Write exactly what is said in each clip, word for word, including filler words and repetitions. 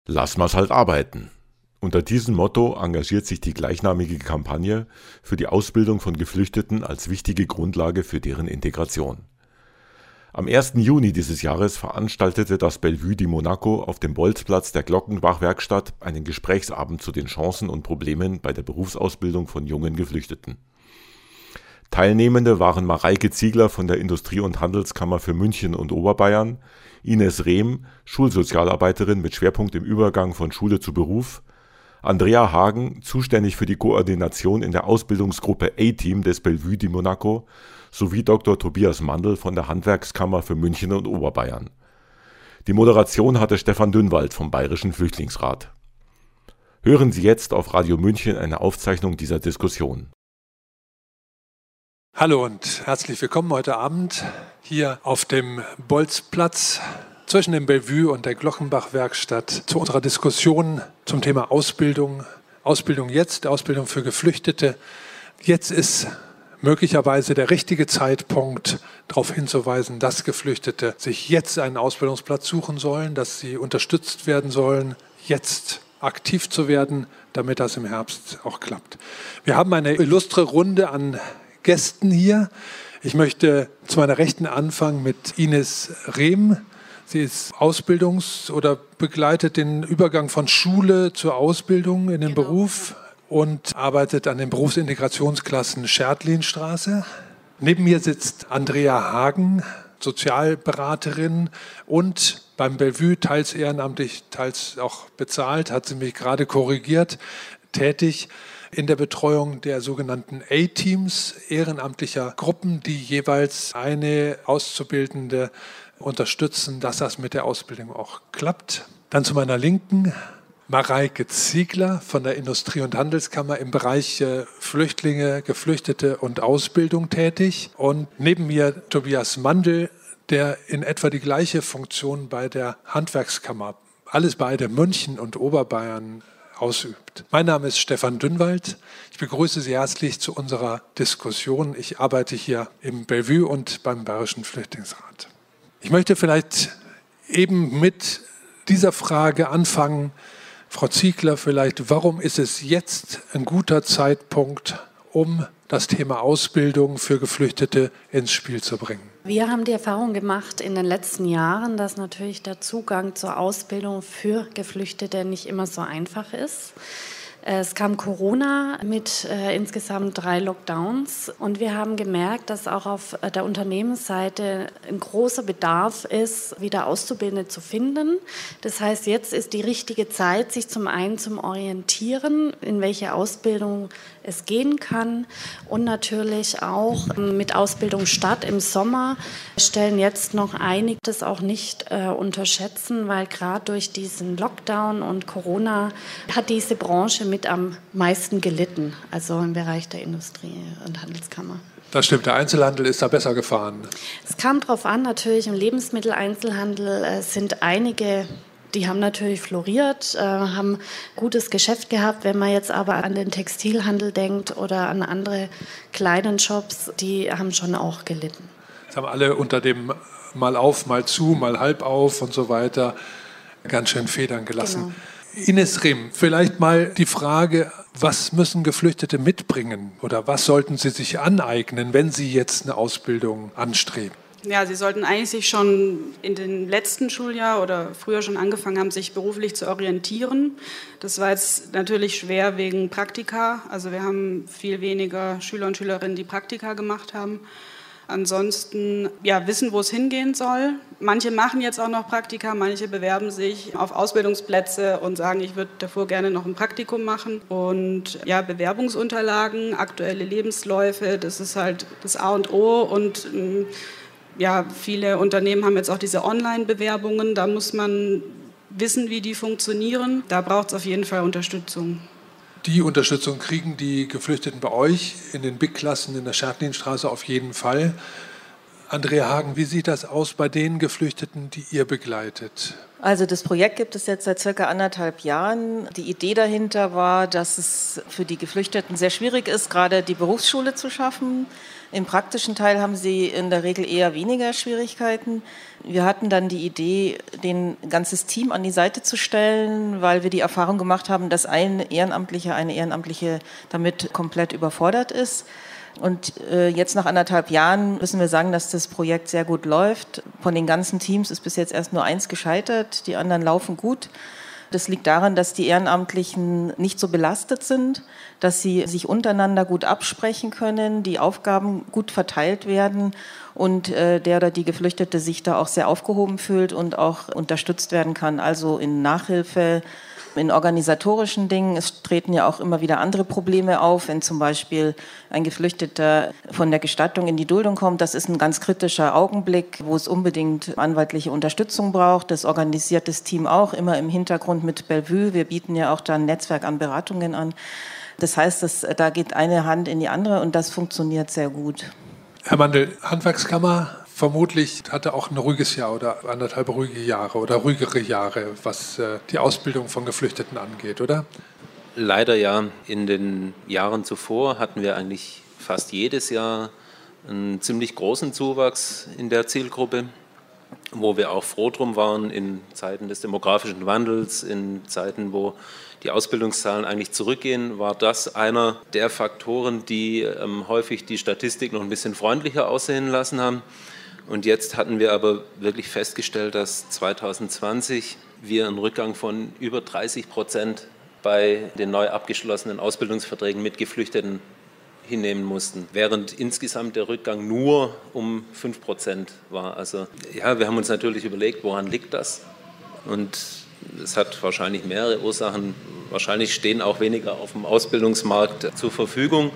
Lass mal's halt arbeiten. Unter diesem Motto engagiert sich die gleichnamige Kampagne für die Ausbildung von Geflüchteten als wichtige Grundlage für deren Integration. Am ersten Juni dieses Jahres veranstaltete das Bellevue di Monaco auf dem Bolzplatz der Glockenbach-Werkstatt einen Gesprächsabend zu den Chancen und Problemen bei der Berufsausbildung von jungen Geflüchteten. Teilnehmende waren Mareike Ziegler von der Industrie- und Handelskammer für München und Oberbayern, Ines Rehm, Schulsozialarbeiterin mit Schwerpunkt im Übergang von Schule zu Beruf, Andrea Hagen, zuständig für die Koordination in der Ausbildungsgruppe A-Team des Bellevue di Monaco, sowie Doktor Tobias Mandl von der Handwerkskammer für München und Oberbayern. Die Moderation hatte Stefan Dünnwald vom Bayerischen Flüchtlingsrat. Hören Sie jetzt auf Radio München eine Aufzeichnung dieser Diskussion. Hallo und herzlich willkommen heute Abend hier auf dem Bolzplatz zwischen dem Bellevue und der Glockenbach-Werkstatt zu unserer Diskussion zum Thema Ausbildung. Ausbildung jetzt, Ausbildung für Geflüchtete. Jetzt ist möglicherweise der richtige Zeitpunkt, darauf hinzuweisen, dass Geflüchtete sich jetzt einen Ausbildungsplatz suchen sollen, dass sie unterstützt werden sollen, jetzt aktiv zu werden, damit das im Herbst auch klappt. Wir haben eine illustre Runde an Gästen hier. Ich möchte zu meiner Rechten anfangen mit Ines Rehm. Sie ist Ausbildungs- oder begleitet den Übergang von Schule zur Ausbildung in den genau. Beruf und arbeitet an den Berufsintegrationsklassen Schertlinstraße. Neben mir sitzt Andrea Hagen, Sozialberaterin und beim Bellevue teils ehrenamtlich, teils auch bezahlt, hat sie mich gerade korrigiert, tätig in der Betreuung der sogenannten A-Teams, ehrenamtlicher Gruppen, die jeweils eine Auszubildende unterstützen, dass das mit der Ausbildung auch klappt. Dann zu meiner Linken Mareike Ziegler von der Industrie- und Handelskammer im Bereich Flüchtlinge, Geflüchtete und Ausbildung tätig. Und neben mir Tobias Mandl, der in etwa die gleiche Funktion bei der Handwerkskammer, alles beide München und Oberbayern, ausübt. Mein Name ist Stefan Dünnwald. Ich begrüße Sie herzlich zu unserer Diskussion. Ich arbeite hier im Bellevue und beim Bayerischen Flüchtlingsrat. Ich möchte vielleicht eben mit dieser Frage anfangen. Frau Ziegler, vielleicht, warum ist es jetzt ein guter Zeitpunkt, um das Thema Ausbildung für Geflüchtete ins Spiel zu bringen? Wir haben die Erfahrung gemacht in den letzten Jahren, dass natürlich der Zugang zur Ausbildung für Geflüchtete nicht immer so einfach ist. Es kam Corona mit äh, insgesamt drei Lockdowns und wir haben gemerkt, dass auch auf der Unternehmensseite ein großer Bedarf ist, wieder Auszubildende zu finden. Das heißt, jetzt ist die richtige Zeit, sich zum einen zum Orientieren, in welche Ausbildung es gehen kann und natürlich auch mit Ausbildungsstart im Sommer stellen jetzt noch einige das auch nicht äh, unterschätzen, weil gerade durch diesen Lockdown und Corona hat diese Branche mit am meisten gelitten, also im Bereich der Industrie- und Handelskammer. Das stimmt, der Einzelhandel ist da besser gefahren. Es kam darauf an, natürlich im Lebensmitteleinzelhandel äh, sind einige, die haben natürlich floriert, äh, haben gutes Geschäft gehabt. Wenn man jetzt aber an den Textilhandel denkt oder an andere kleinen Shops, die haben schon auch gelitten. Das haben alle unter dem mal auf, mal zu, mal halb auf und so weiter ganz schön Federn gelassen. Genau. Ines Rehm, vielleicht mal die Frage, was müssen Geflüchtete mitbringen oder was sollten sie sich aneignen, wenn sie jetzt eine Ausbildung anstreben? Ja, sie sollten eigentlich sich schon in den letzten Schuljahr oder früher schon angefangen haben, sich beruflich zu orientieren. Das war jetzt natürlich schwer wegen Praktika. Also wir haben viel weniger Schüler und Schülerinnen, die Praktika gemacht haben. Ansonsten ja, wissen, wo es hingehen soll. Manche machen jetzt auch noch Praktika, manche bewerben sich auf Ausbildungsplätze und sagen, ich würde davor gerne noch ein Praktikum machen. Und ja, Bewerbungsunterlagen, aktuelle Lebensläufe, das ist halt das A und O. Und ja, viele Unternehmen haben jetzt auch diese Online-Bewerbungen, da muss man wissen, wie die funktionieren. Da braucht es auf jeden Fall Unterstützung. Die Unterstützung kriegen die Geflüchteten bei euch in den Big-Klassen in der Schertlinstraße auf jeden Fall. Andrea Hagen, wie sieht das aus bei den Geflüchteten, die ihr begleitet? Also das Projekt gibt es jetzt seit circa anderthalb Jahren. Die Idee dahinter war, dass es für die Geflüchteten sehr schwierig ist, gerade die Berufsschule zu schaffen. Im praktischen Teil haben sie in der Regel eher weniger Schwierigkeiten. Wir hatten dann die Idee, den ganzes Team an die Seite zu stellen, weil wir die Erfahrung gemacht haben, dass ein Ehrenamtlicher, eine Ehrenamtliche damit komplett überfordert ist. Und äh, jetzt nach anderthalb Jahren müssen wir sagen, dass das Projekt sehr gut läuft. Von den ganzen Teams ist bis jetzt erst nur eins gescheitert, die anderen laufen gut. Das liegt daran, dass die Ehrenamtlichen nicht so belastet sind, dass sie sich untereinander gut absprechen können, die Aufgaben gut verteilt werden und äh, der oder die Geflüchtete sich da auch sehr aufgehoben fühlt und auch unterstützt werden kann, also in Nachhilfe, in organisatorischen Dingen. Es treten ja auch immer wieder andere Probleme auf, wenn zum Beispiel ein Geflüchteter von der Gestattung in die Duldung kommt. Das ist ein ganz kritischer Augenblick, wo es unbedingt anwaltliche Unterstützung braucht. Das organisiert das Team auch immer im Hintergrund mit Bellevue. Wir bieten ja auch da ein Netzwerk an Beratungen an. Das heißt, dass, da geht eine Hand in die andere und das funktioniert sehr gut. Herr Mandl, Handwerkskammer vermutlich hatte auch ein ruhiges Jahr oder anderthalb ruhige Jahre oder ruhigere Jahre, was äh, die Ausbildung von Geflüchteten angeht, oder? Leider ja. In den Jahren zuvor hatten wir eigentlich fast jedes Jahr einen ziemlich großen Zuwachs in der Zielgruppe, wo wir auch froh drum waren in Zeiten des demografischen Wandels, in Zeiten, wo die Ausbildungszahlen eigentlich zurückgehen, war das einer der Faktoren, die ähm, häufig die Statistik noch ein bisschen freundlicher aussehen lassen haben. Und jetzt hatten wir aber wirklich festgestellt, dass zwanzig zwanzig wir einen Rückgang von über dreißig Prozent bei den neu abgeschlossenen Ausbildungsverträgen mit Geflüchteten hinnehmen mussten, während insgesamt der Rückgang nur um fünf Prozent war. Also ja, wir haben uns natürlich überlegt, woran liegt das? Und es hat wahrscheinlich mehrere Ursachen. Wahrscheinlich stehen auch weniger auf dem Ausbildungsmarkt zur Verfügung.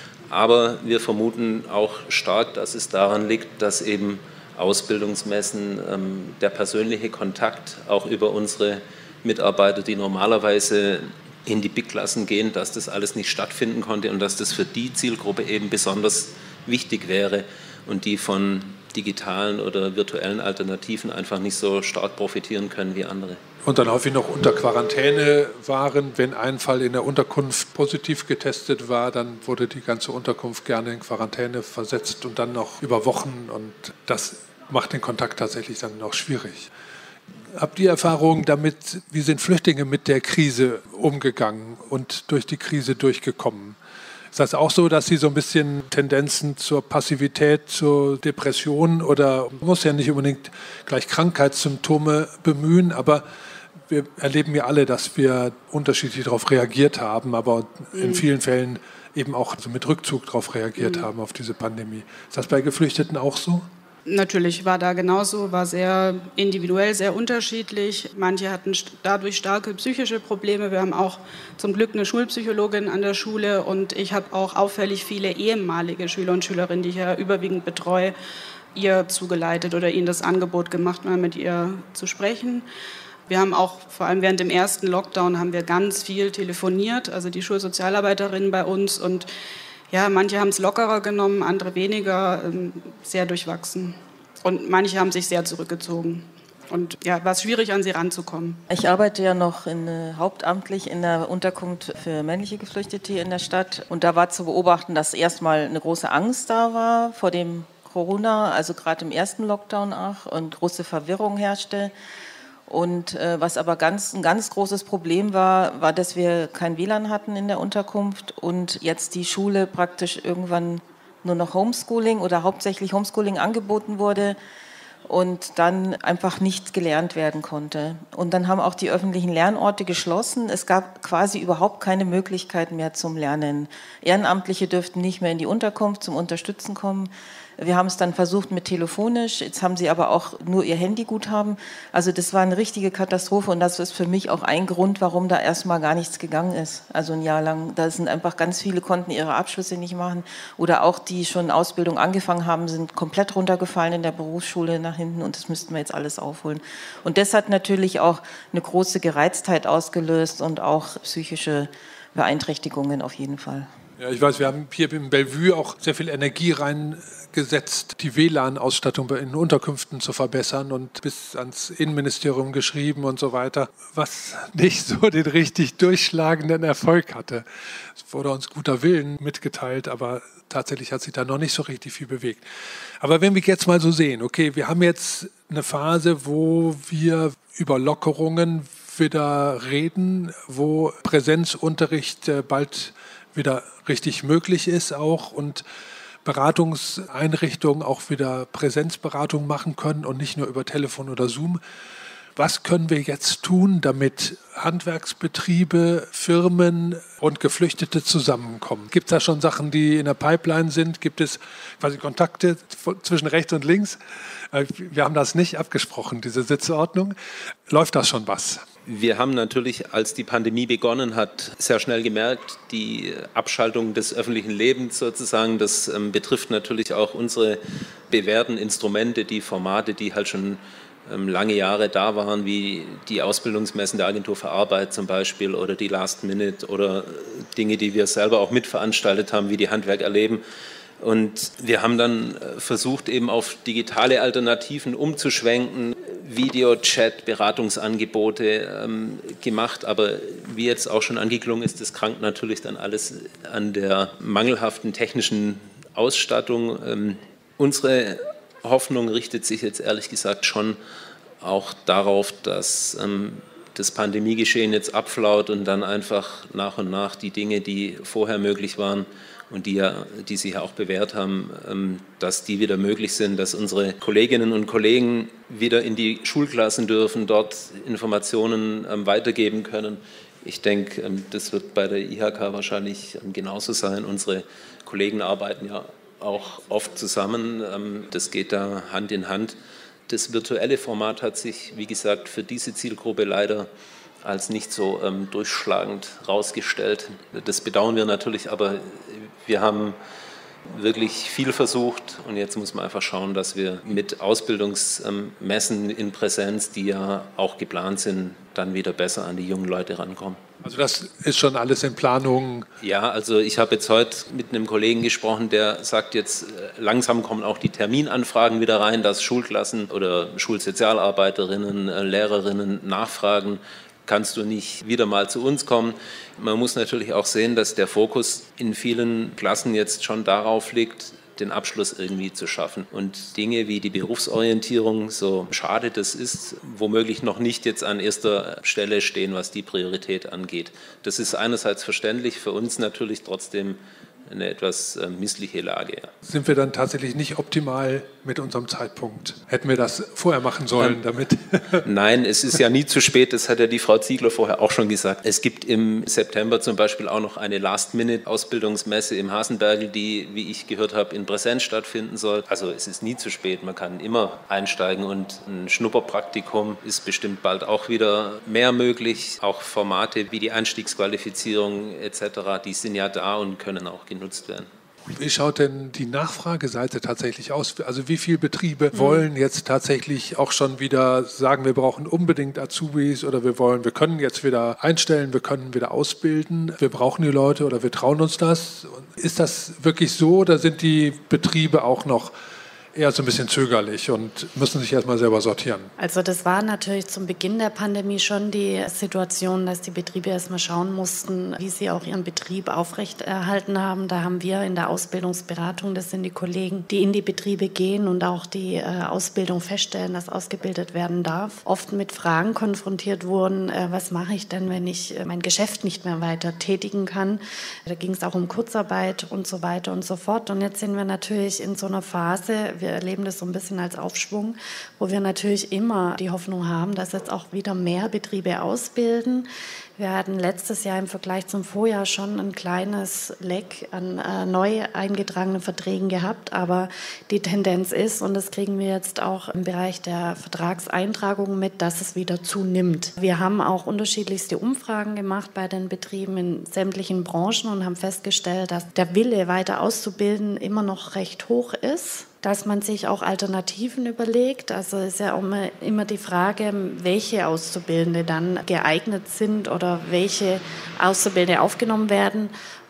Aber wir vermuten auch stark, dass es daran liegt, dass eben Ausbildungsmessen, ähm, der persönliche Kontakt auch über unsere Mitarbeiter, die normalerweise in die Big-Klassen gehen, dass das alles nicht stattfinden konnte und dass das für die Zielgruppe eben besonders wichtig wäre und die von digitalen oder virtuellen Alternativen einfach nicht so stark profitieren können wie andere. Und dann häufig noch unter Quarantäne waren. Wenn ein Fall in der Unterkunft positiv getestet war, dann wurde die ganze Unterkunft gerne in Quarantäne versetzt und dann noch über Wochen. Und das macht den Kontakt tatsächlich dann noch schwierig. Habt ihr Erfahrungen damit, wie sind Flüchtlinge mit der Krise umgegangen und durch die Krise durchgekommen? Ist das auch so, dass Sie so ein bisschen Tendenzen zur Passivität, zur Depression oder muss ja nicht unbedingt gleich Krankheitssymptome bemühen, aber wir erleben ja alle, dass wir unterschiedlich darauf reagiert haben, aber in mhm. vielen Fällen eben auch so mit Rückzug darauf reagiert mhm. haben, auf diese Pandemie. Ist das bei Geflüchteten auch so? Natürlich war da genauso, war sehr individuell, sehr unterschiedlich. Manche hatten dadurch starke psychische Probleme. Wir haben auch zum Glück eine Schulpsychologin an der Schule und ich habe auch auffällig viele ehemalige Schüler und Schülerinnen, die ich ja überwiegend betreue, ihr zugeleitet oder ihnen das Angebot gemacht, mal mit ihr zu sprechen. Wir haben auch, vor allem während dem ersten Lockdown, haben wir ganz viel telefoniert, also die Schulsozialarbeiterinnen bei uns und ja, manche haben es lockerer genommen, andere weniger, sehr durchwachsen. Und manche haben sich sehr zurückgezogen. Und ja, war es schwierig, an sie ranzukommen. Ich arbeite ja noch in, äh, hauptamtlich in der Unterkunft für männliche Geflüchtete in der Stadt. Und da war zu beobachten, dass erstmal eine große Angst da war vor dem Corona, also gerade im ersten Lockdown auch, und große Verwirrung herrschte. Und äh, was aber ganz, ein ganz großes Problem war, war, dass wir kein W L A N hatten in der Unterkunft und jetzt die Schule praktisch irgendwann nur noch Homeschooling oder hauptsächlich Homeschooling angeboten wurde und dann einfach nichts gelernt werden konnte. Und dann haben auch die öffentlichen Lernorte geschlossen. Es gab quasi überhaupt keine Möglichkeit mehr zum Lernen. Ehrenamtliche dürften nicht mehr in die Unterkunft zum Unterstützen kommen. Wir haben es dann versucht mit telefonisch, jetzt haben sie aber auch nur ihr Handyguthaben. Also das war eine richtige Katastrophe und das ist für mich auch ein Grund, warum da erstmal gar nichts gegangen ist. Also ein Jahr lang, da sind einfach ganz viele, konnten ihre Abschlüsse nicht machen oder auch die schon Ausbildung angefangen haben, sind komplett runtergefallen in der Berufsschule nach hinten und das müssten wir jetzt alles aufholen. Und das hat natürlich auch eine große Gereiztheit ausgelöst und auch psychische Beeinträchtigungen auf jeden Fall. Ja, ich weiß, wir haben hier im Bellevue auch sehr viel Energie reingesetzt, die W L A N-Ausstattung in Unterkünften zu verbessern und bis ans Innenministerium geschrieben und so weiter, was nicht so den richtig durchschlagenden Erfolg hatte. Es wurde uns guter Willen mitgeteilt, aber tatsächlich hat sich da noch nicht so richtig viel bewegt. Aber wenn wir jetzt mal so sehen, okay, wir haben jetzt eine Phase, wo wir über Lockerungen wieder reden, wo Präsenzunterricht bald wieder richtig möglich ist auch und Beratungseinrichtungen auch wieder Präsenzberatung machen können und nicht nur über Telefon oder Zoom. Was können wir jetzt tun, damit Handwerksbetriebe, Firmen und Geflüchtete zusammenkommen? Gibt es da schon Sachen, die in der Pipeline sind? Gibt es quasi Kontakte zwischen rechts und links? Wir haben das nicht abgesprochen, diese Sitzordnung. Läuft das schon was? Wir haben natürlich, als die Pandemie begonnen hat, sehr schnell gemerkt, die Abschaltung des öffentlichen Lebens sozusagen, das ähm, betrifft natürlich auch unsere bewährten Instrumente, die Formate, die halt schon ähm, lange Jahre da waren, wie die Ausbildungsmessen der Agentur für Arbeit zum Beispiel oder die Last Minute oder Dinge, die wir selber auch mitveranstaltet haben, wie die Handwerk erleben. Und wir haben dann versucht, eben auf digitale Alternativen umzuschwenken, Video-Chat, Beratungsangebote ähm, gemacht. Aber wie jetzt auch schon angeklungen ist, das krankt natürlich dann alles an der mangelhaften technischen Ausstattung. Ähm, unsere Hoffnung richtet sich jetzt ehrlich gesagt schon auch darauf, dass ähm, das Pandemiegeschehen jetzt abflaut und dann einfach nach und nach die Dinge, die vorher möglich waren, und die, ja, die sich ja auch bewährt haben, dass die wieder möglich sind, dass unsere Kolleginnen und Kollegen wieder in die Schulklassen dürfen, dort Informationen weitergeben können. Ich denke, das wird bei der I H K wahrscheinlich genauso sein. Unsere Kollegen arbeiten ja auch oft zusammen. Das geht da Hand in Hand. Das virtuelle Format hat sich, wie gesagt, für diese Zielgruppe leider als nicht so ähm, durchschlagend rausgestellt. Das bedauern wir natürlich, aber wir haben wirklich viel versucht und jetzt muss man einfach schauen, dass wir mit Ausbildungsmessen in Präsenz, die ja auch geplant sind, dann wieder besser an die jungen Leute rankommen. Also das ist schon alles in Planung? Ja, also ich habe jetzt heute mit einem Kollegen gesprochen, der sagt jetzt, langsam kommen auch die Terminanfragen wieder rein, dass Schulklassen oder Schulsozialarbeiterinnen, Lehrerinnen nachfragen, kannst du nicht wieder mal zu uns kommen. Man muss natürlich auch sehen, dass der Fokus in vielen Klassen jetzt schon darauf liegt, den Abschluss irgendwie zu schaffen. Und Dinge wie die Berufsorientierung, so schade das ist, womöglich noch nicht jetzt an erster Stelle stehen, was die Priorität angeht. Das ist einerseits verständlich, für uns natürlich trotzdem eine etwas äh, missliche Lage. Ja. Sind wir dann tatsächlich nicht optimal mit unserem Zeitpunkt? Hätten wir das vorher machen sollen, damit? Nein, es ist ja nie zu spät, das hat ja die Frau Ziegler vorher auch schon gesagt. Es gibt im September zum Beispiel auch noch eine Last-Minute-Ausbildungsmesse im Hasenbergl, die, wie ich gehört habe, in Präsenz stattfinden soll. Also es ist nie zu spät, man kann immer einsteigen und ein Schnupperpraktikum ist bestimmt bald auch wieder mehr möglich. Auch Formate wie die Einstiegsqualifizierung et cetera, die sind ja da und können auch genutzt werden. Wie schaut denn die Nachfrageseite tatsächlich aus? Also wie viele Betriebe mhm. wollen jetzt tatsächlich auch schon wieder sagen, wir brauchen unbedingt Azubis oder wir wollen, wir können jetzt wieder einstellen, wir können wieder ausbilden, wir brauchen die Leute oder wir trauen uns das? Ist das wirklich so oder sind die Betriebe auch noch eher so ein bisschen zögerlich und müssen sich erstmal selber sortieren? Also das war natürlich zum Beginn der Pandemie schon die Situation, dass die Betriebe erstmal schauen mussten, wie sie auch ihren Betrieb aufrechterhalten haben. Da haben wir in der Ausbildungsberatung, das sind die Kollegen, die in die Betriebe gehen und auch die äh, Ausbildung feststellen, dass ausgebildet werden darf, oft mit Fragen konfrontiert wurden, äh, was mache ich denn, wenn ich äh, mein Geschäft nicht mehr weiter tätigen kann? Da ging es auch um Kurzarbeit und so weiter und so fort. Und jetzt sind wir natürlich in so einer Phase, wir erleben das so ein bisschen als Aufschwung, wo wir natürlich immer die Hoffnung haben, dass jetzt auch wieder mehr Betriebe ausbilden. Wir hatten letztes Jahr im Vergleich zum Vorjahr schon ein kleines Leck an äh, neu eingetragenen Verträgen gehabt, aber die Tendenz ist, und das kriegen wir jetzt auch im Bereich der Vertragseintragung mit, dass es wieder zunimmt. Wir haben auch unterschiedlichste Umfragen gemacht bei den Betrieben in sämtlichen Branchen und haben festgestellt, dass der Wille, weiter auszubilden, immer noch recht hoch ist. Dass man sich auch Alternativen überlegt. Also ist ja auch immer die Frage, welche Auszubildende dann geeignet sind oder welche Auszubildende aufgenommen werden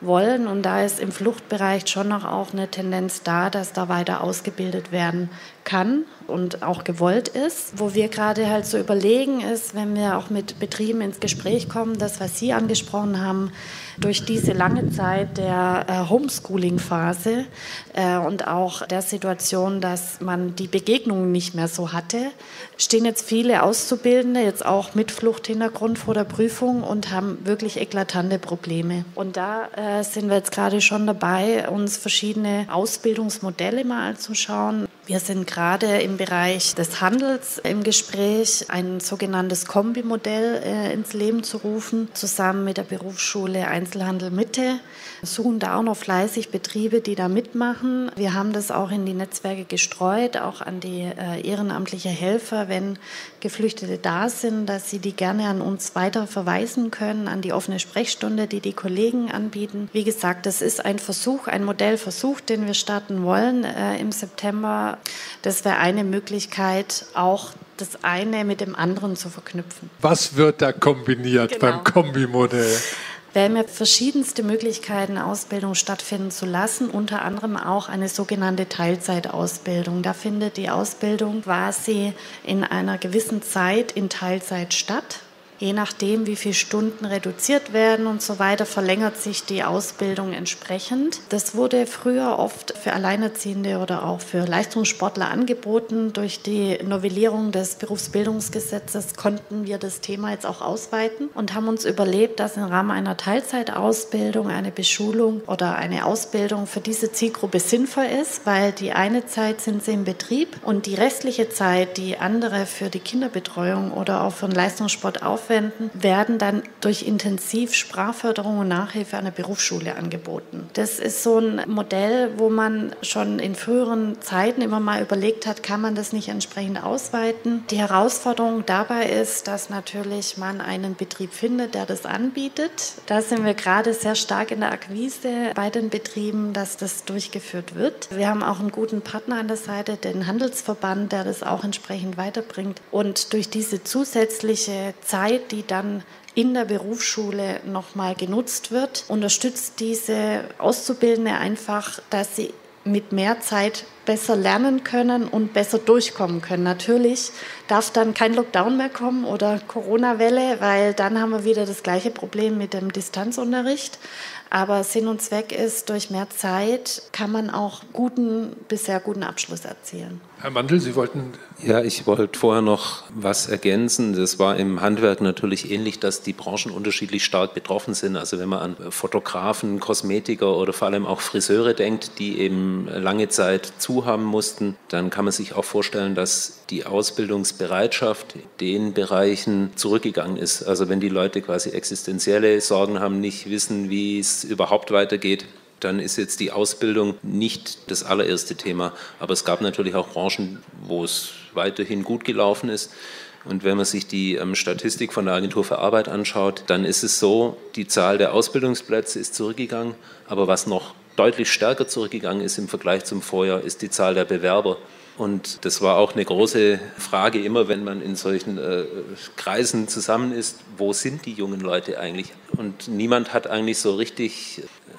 wollen. Und da ist im Fluchtbereich schon noch auch eine Tendenz da, dass da weiter ausgebildet werden kann und auch gewollt ist. Wo wir gerade halt so überlegen ist, wenn wir auch mit Betrieben ins Gespräch kommen, das, was Sie angesprochen haben, durch diese lange Zeit der äh, Homeschooling-Phase äh, und auch der Situation, dass man die Begegnungen nicht mehr so hatte, stehen jetzt viele Auszubildende, jetzt auch mit Fluchthintergrund vor der Prüfung und haben wirklich eklatante Probleme. Und da äh, sind wir jetzt gerade schon dabei, uns verschiedene Ausbildungsmodelle mal anzuschauen. Wir sind gerade im Bereich des Handels im Gespräch, ein sogenanntes Kombimodell äh, ins Leben zu rufen, zusammen mit der Berufsschule Einzelhandel Mitte. Wir suchen da auch noch fleißig Betriebe, die da mitmachen. Wir haben das auch in die Netzwerke gestreut, auch an die äh, ehrenamtliche Helfer, wenn Geflüchtete da sind, dass sie die gerne an uns weiter verweisen können, an die offene Sprechstunde, die die Kollegen anbieten. Wie gesagt, das ist ein Versuch, ein Modellversuch, den wir starten wollen äh, im September. Das wäre eine Möglichkeit, auch das eine mit dem anderen zu verknüpfen. Was wird da kombiniert genau. beim Kombimodell? Wir haben ja verschiedenste Möglichkeiten, Ausbildung stattfinden zu lassen, unter anderem auch eine sogenannte Teilzeitausbildung. Da findet die Ausbildung quasi in einer gewissen Zeit in Teilzeit statt. Je nachdem, wie viele Stunden reduziert werden und so weiter, verlängert sich die Ausbildung entsprechend. Das wurde früher oft für Alleinerziehende oder auch für Leistungssportler angeboten. Durch die Novellierung des Berufsbildungsgesetzes konnten wir das Thema jetzt auch ausweiten und haben uns überlegt, dass im Rahmen einer Teilzeitausbildung eine Beschulung oder eine Ausbildung für diese Zielgruppe sinnvoll ist, weil die eine Zeit sind sie im Betrieb und die restliche Zeit, die andere für die Kinderbetreuung oder auch für den Leistungssport aufwenden, werden dann durch intensiv Sprachförderung und Nachhilfe an der Berufsschule angeboten. Das ist so ein Modell, wo man schon in früheren Zeiten immer mal überlegt hat, kann man das nicht entsprechend ausweiten. Die Herausforderung dabei ist, dass natürlich man einen Betrieb findet, der das anbietet. Da sind wir gerade sehr stark in der Akquise bei den Betrieben, dass das durchgeführt wird. Wir haben auch einen guten Partner an der Seite, den Handelsverband, der das auch entsprechend weiterbringt. Und durch diese zusätzliche Zeit, die dann in der Berufsschule nochmal genutzt wird, unterstützt diese Auszubildende einfach, dass sie mit mehr Zeit besser lernen können und besser durchkommen können. Natürlich darf dann kein Lockdown mehr kommen oder Corona-Welle, weil dann haben wir wieder das gleiche Problem mit dem Distanzunterricht. Aber Sinn und Zweck ist, durch mehr Zeit kann man auch guten, bis sehr guten Abschluss erzielen. Herr Mandl, Sie wollten... Ja, ich wollte vorher noch was ergänzen. Das war im Handwerk natürlich ähnlich, dass die Branchen unterschiedlich stark betroffen sind. Also wenn man an Fotografen, Kosmetiker oder vor allem auch Friseure denkt, die eben lange Zeit zu haben mussten, dann kann man sich auch vorstellen, dass die Ausbildungsbereitschaft in den Bereichen zurückgegangen ist. Also wenn die Leute quasi existenzielle Sorgen haben, nicht wissen, wie es überhaupt weitergeht, dann ist jetzt die Ausbildung nicht das allererste Thema. Aber es gab natürlich auch Branchen, wo es weiterhin gut gelaufen ist. Und wenn man sich die ähm, Statistik von der Agentur für Arbeit anschaut, dann ist es so, die Zahl der Ausbildungsplätze ist zurückgegangen. Aber was noch deutlich stärker zurückgegangen ist im Vergleich zum Vorjahr, ist die Zahl der Bewerber. Und das war auch eine große Frage immer, wenn man in solchen äh, Kreisen zusammen ist, wo sind die jungen Leute eigentlich? Und niemand hat eigentlich so richtig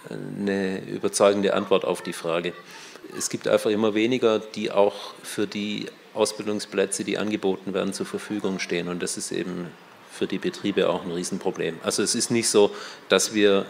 eine überzeugende Antwort auf die Frage. Es gibt einfach immer weniger, die auch für die Ausbildungsplätze, die angeboten werden, zur Verfügung stehen. Und das ist eben für die Betriebe auch ein Riesenproblem. Also es ist nicht so, dass wir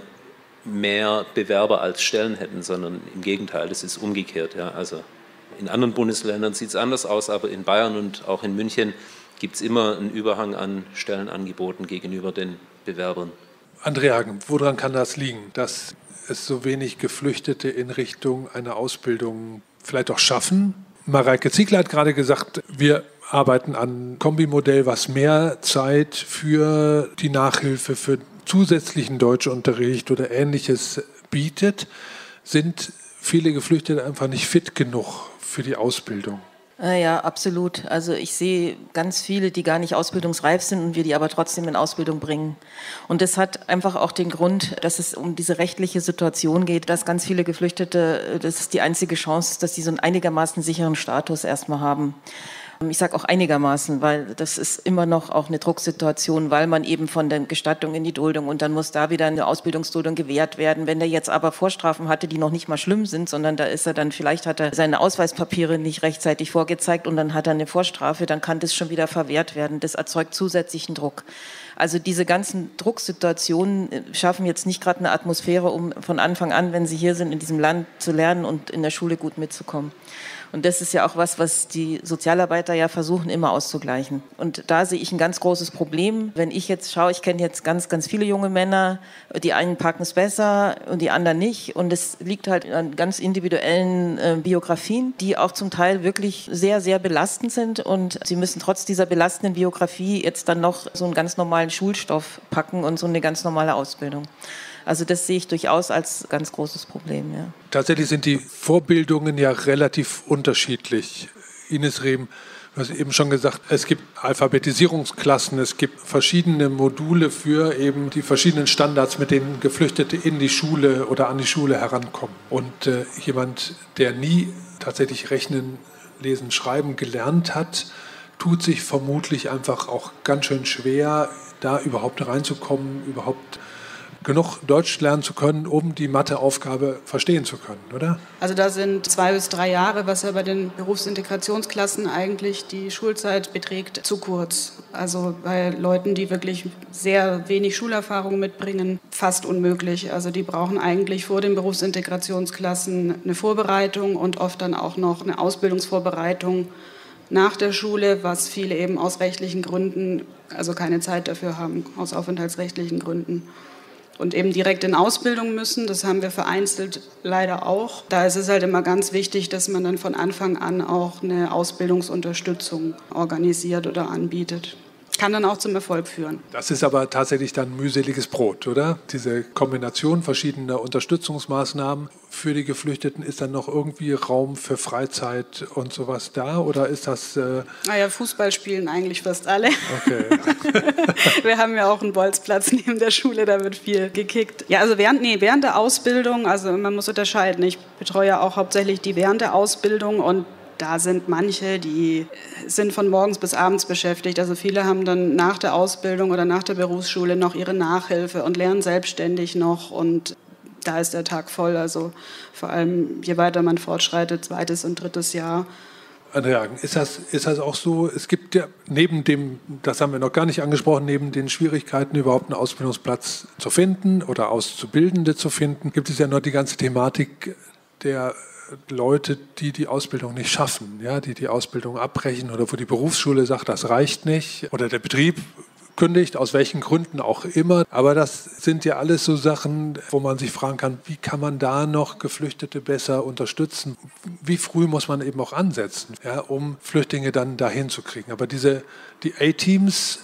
mehr Bewerber als Stellen hätten, sondern im Gegenteil, es ist umgekehrt. Ja. Also in anderen Bundesländern sieht es anders aus, aber in Bayern und auch in München gibt es immer einen Überhang an Stellenangeboten gegenüber den Bewerbern. Andrea Hagen, woran kann das liegen, dass es so wenig Geflüchtete in Richtung einer Ausbildung vielleicht auch schaffen? Mareike Ziegler hat gerade gesagt, wir arbeiten an einem Kombimodell, was mehr Zeit für die Nachhilfe, für zusätzlichen Deutschunterricht oder Ähnliches bietet. Sind viele Geflüchtete einfach nicht fit genug für die Ausbildung? Ja, absolut. Also ich sehe ganz viele, die gar nicht ausbildungsreif sind und wir die aber trotzdem in Ausbildung bringen. Und das hat einfach auch den Grund, dass es um diese rechtliche Situation geht, dass ganz viele Geflüchtete, das ist die einzige Chance, dass sie so einen einigermaßen sicheren Status erstmal haben. Ich sage auch einigermaßen, weil das ist immer noch auch eine Drucksituation, weil man eben von der Gestattung in die Duldung und dann muss da wieder eine Ausbildungsduldung gewährt werden. Wenn der jetzt aber Vorstrafen hatte, die noch nicht mal schlimm sind, sondern da ist er dann, vielleicht hat er seine Ausweispapiere nicht rechtzeitig vorgezeigt und dann hat er eine Vorstrafe, dann kann das schon wieder verwehrt werden. Das erzeugt zusätzlichen Druck. Also diese ganzen Drucksituationen schaffen jetzt nicht gerade eine Atmosphäre, um von Anfang an, wenn Sie hier sind, in diesem Land zu lernen und in der Schule gut mitzukommen. Und das ist ja auch was, was die Sozialarbeiter ja versuchen, immer auszugleichen. Und da sehe ich ein ganz großes Problem. Wenn ich jetzt schaue, ich kenne jetzt ganz, ganz viele junge Männer, die einen packen es besser und die anderen nicht. Und es liegt halt an ganz individuellen äh, Biografien, die auch zum Teil wirklich sehr, sehr belastend sind. Und sie müssen trotz dieser belastenden Biografie jetzt dann noch so einen ganz normalen Schulstoff packen und so eine ganz normale Ausbildung. Also das sehe ich durchaus als ganz großes Problem. Ja. Tatsächlich sind die Vorbildungen ja relativ unterschiedlich. Ines Rehm, du hast eben schon gesagt, es gibt Alphabetisierungsklassen, es gibt verschiedene Module für eben die verschiedenen Standards, mit denen Geflüchtete in die Schule oder an die Schule herankommen. Und äh, jemand, der nie tatsächlich Rechnen, Lesen, Schreiben gelernt hat, tut sich vermutlich einfach auch ganz schön schwer, da überhaupt reinzukommen, überhaupt genug Deutsch lernen zu können, um die Matheaufgabe verstehen zu können, oder? Also da sind zwei bis drei Jahre, was ja bei den Berufsintegrationsklassen eigentlich die Schulzeit beträgt, zu kurz. Also bei Leuten, die wirklich sehr wenig Schulerfahrung mitbringen, fast unmöglich. Also die brauchen eigentlich vor den Berufsintegrationsklassen eine Vorbereitung und oft dann auch noch eine Ausbildungsvorbereitung nach der Schule, was viele eben aus rechtlichen Gründen, also keine Zeit dafür haben, aus aufenthaltsrechtlichen Gründen. Und eben direkt in Ausbildung müssen, das haben wir vereinzelt leider auch. Da ist es halt immer ganz wichtig, dass man dann von Anfang an auch eine Ausbildungsunterstützung organisiert oder anbietet. Kann dann auch zum Erfolg führen. Das ist aber tatsächlich dann mühseliges Brot, oder? Diese Kombination verschiedener Unterstützungsmaßnahmen für die Geflüchteten, ist dann noch irgendwie Raum für Freizeit und sowas da? Oder ist das... Äh naja, Fußball spielen eigentlich fast alle. Okay. Wir haben ja auch einen Bolzplatz neben der Schule, da wird viel gekickt. Ja, also während, nee, während der Ausbildung, also man muss unterscheiden. Ich betreue ja auch hauptsächlich die während der Ausbildung und da sind manche, die sind von morgens bis abends beschäftigt. Also viele haben dann nach der Ausbildung oder nach der Berufsschule noch ihre Nachhilfe und lernen selbstständig noch. Und da ist der Tag voll. Also vor allem, je weiter man fortschreitet, zweites und drittes Jahr. Andrea, ist das, ist das auch so? Es gibt ja neben dem, das haben wir noch gar nicht angesprochen, neben den Schwierigkeiten, überhaupt einen Ausbildungsplatz zu finden oder Auszubildende zu finden, gibt es ja noch die ganze Thematik der Leute, die die Ausbildung nicht schaffen, ja, die die Ausbildung abbrechen oder wo die Berufsschule sagt, das reicht nicht oder der Betrieb kündigt, aus welchen Gründen auch immer. Aber das sind ja alles so Sachen, wo man sich fragen kann, wie kann man da noch Geflüchtete besser unterstützen? Wie früh muss man eben auch ansetzen, ja, um Flüchtlinge dann dahin zu kriegen? Aber diese, die A-Teams,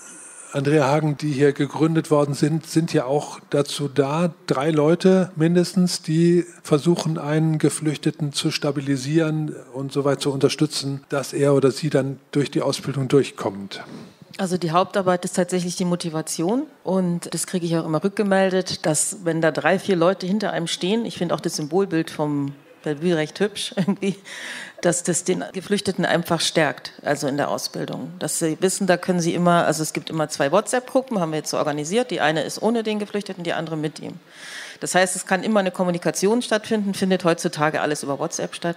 Andrea Hagen, die hier gegründet worden sind, sind ja auch dazu da, drei Leute mindestens, die versuchen, einen Geflüchteten zu stabilisieren und so weit zu unterstützen, dass er oder sie dann durch die Ausbildung durchkommt. Also die Hauptarbeit ist tatsächlich die Motivation und das kriege ich auch immer rückgemeldet, dass wenn da drei, vier Leute hinter einem stehen, ich finde auch das Symbolbild vom Bellevue recht hübsch irgendwie, dass das den Geflüchteten einfach stärkt, also in der Ausbildung. Dass sie wissen, da können sie immer, also es gibt immer zwei WhatsApp-Gruppen, haben wir jetzt so organisiert, die eine ist ohne den Geflüchteten, die andere mit ihm. Das heißt, es kann immer eine Kommunikation stattfinden, findet heutzutage alles über WhatsApp statt.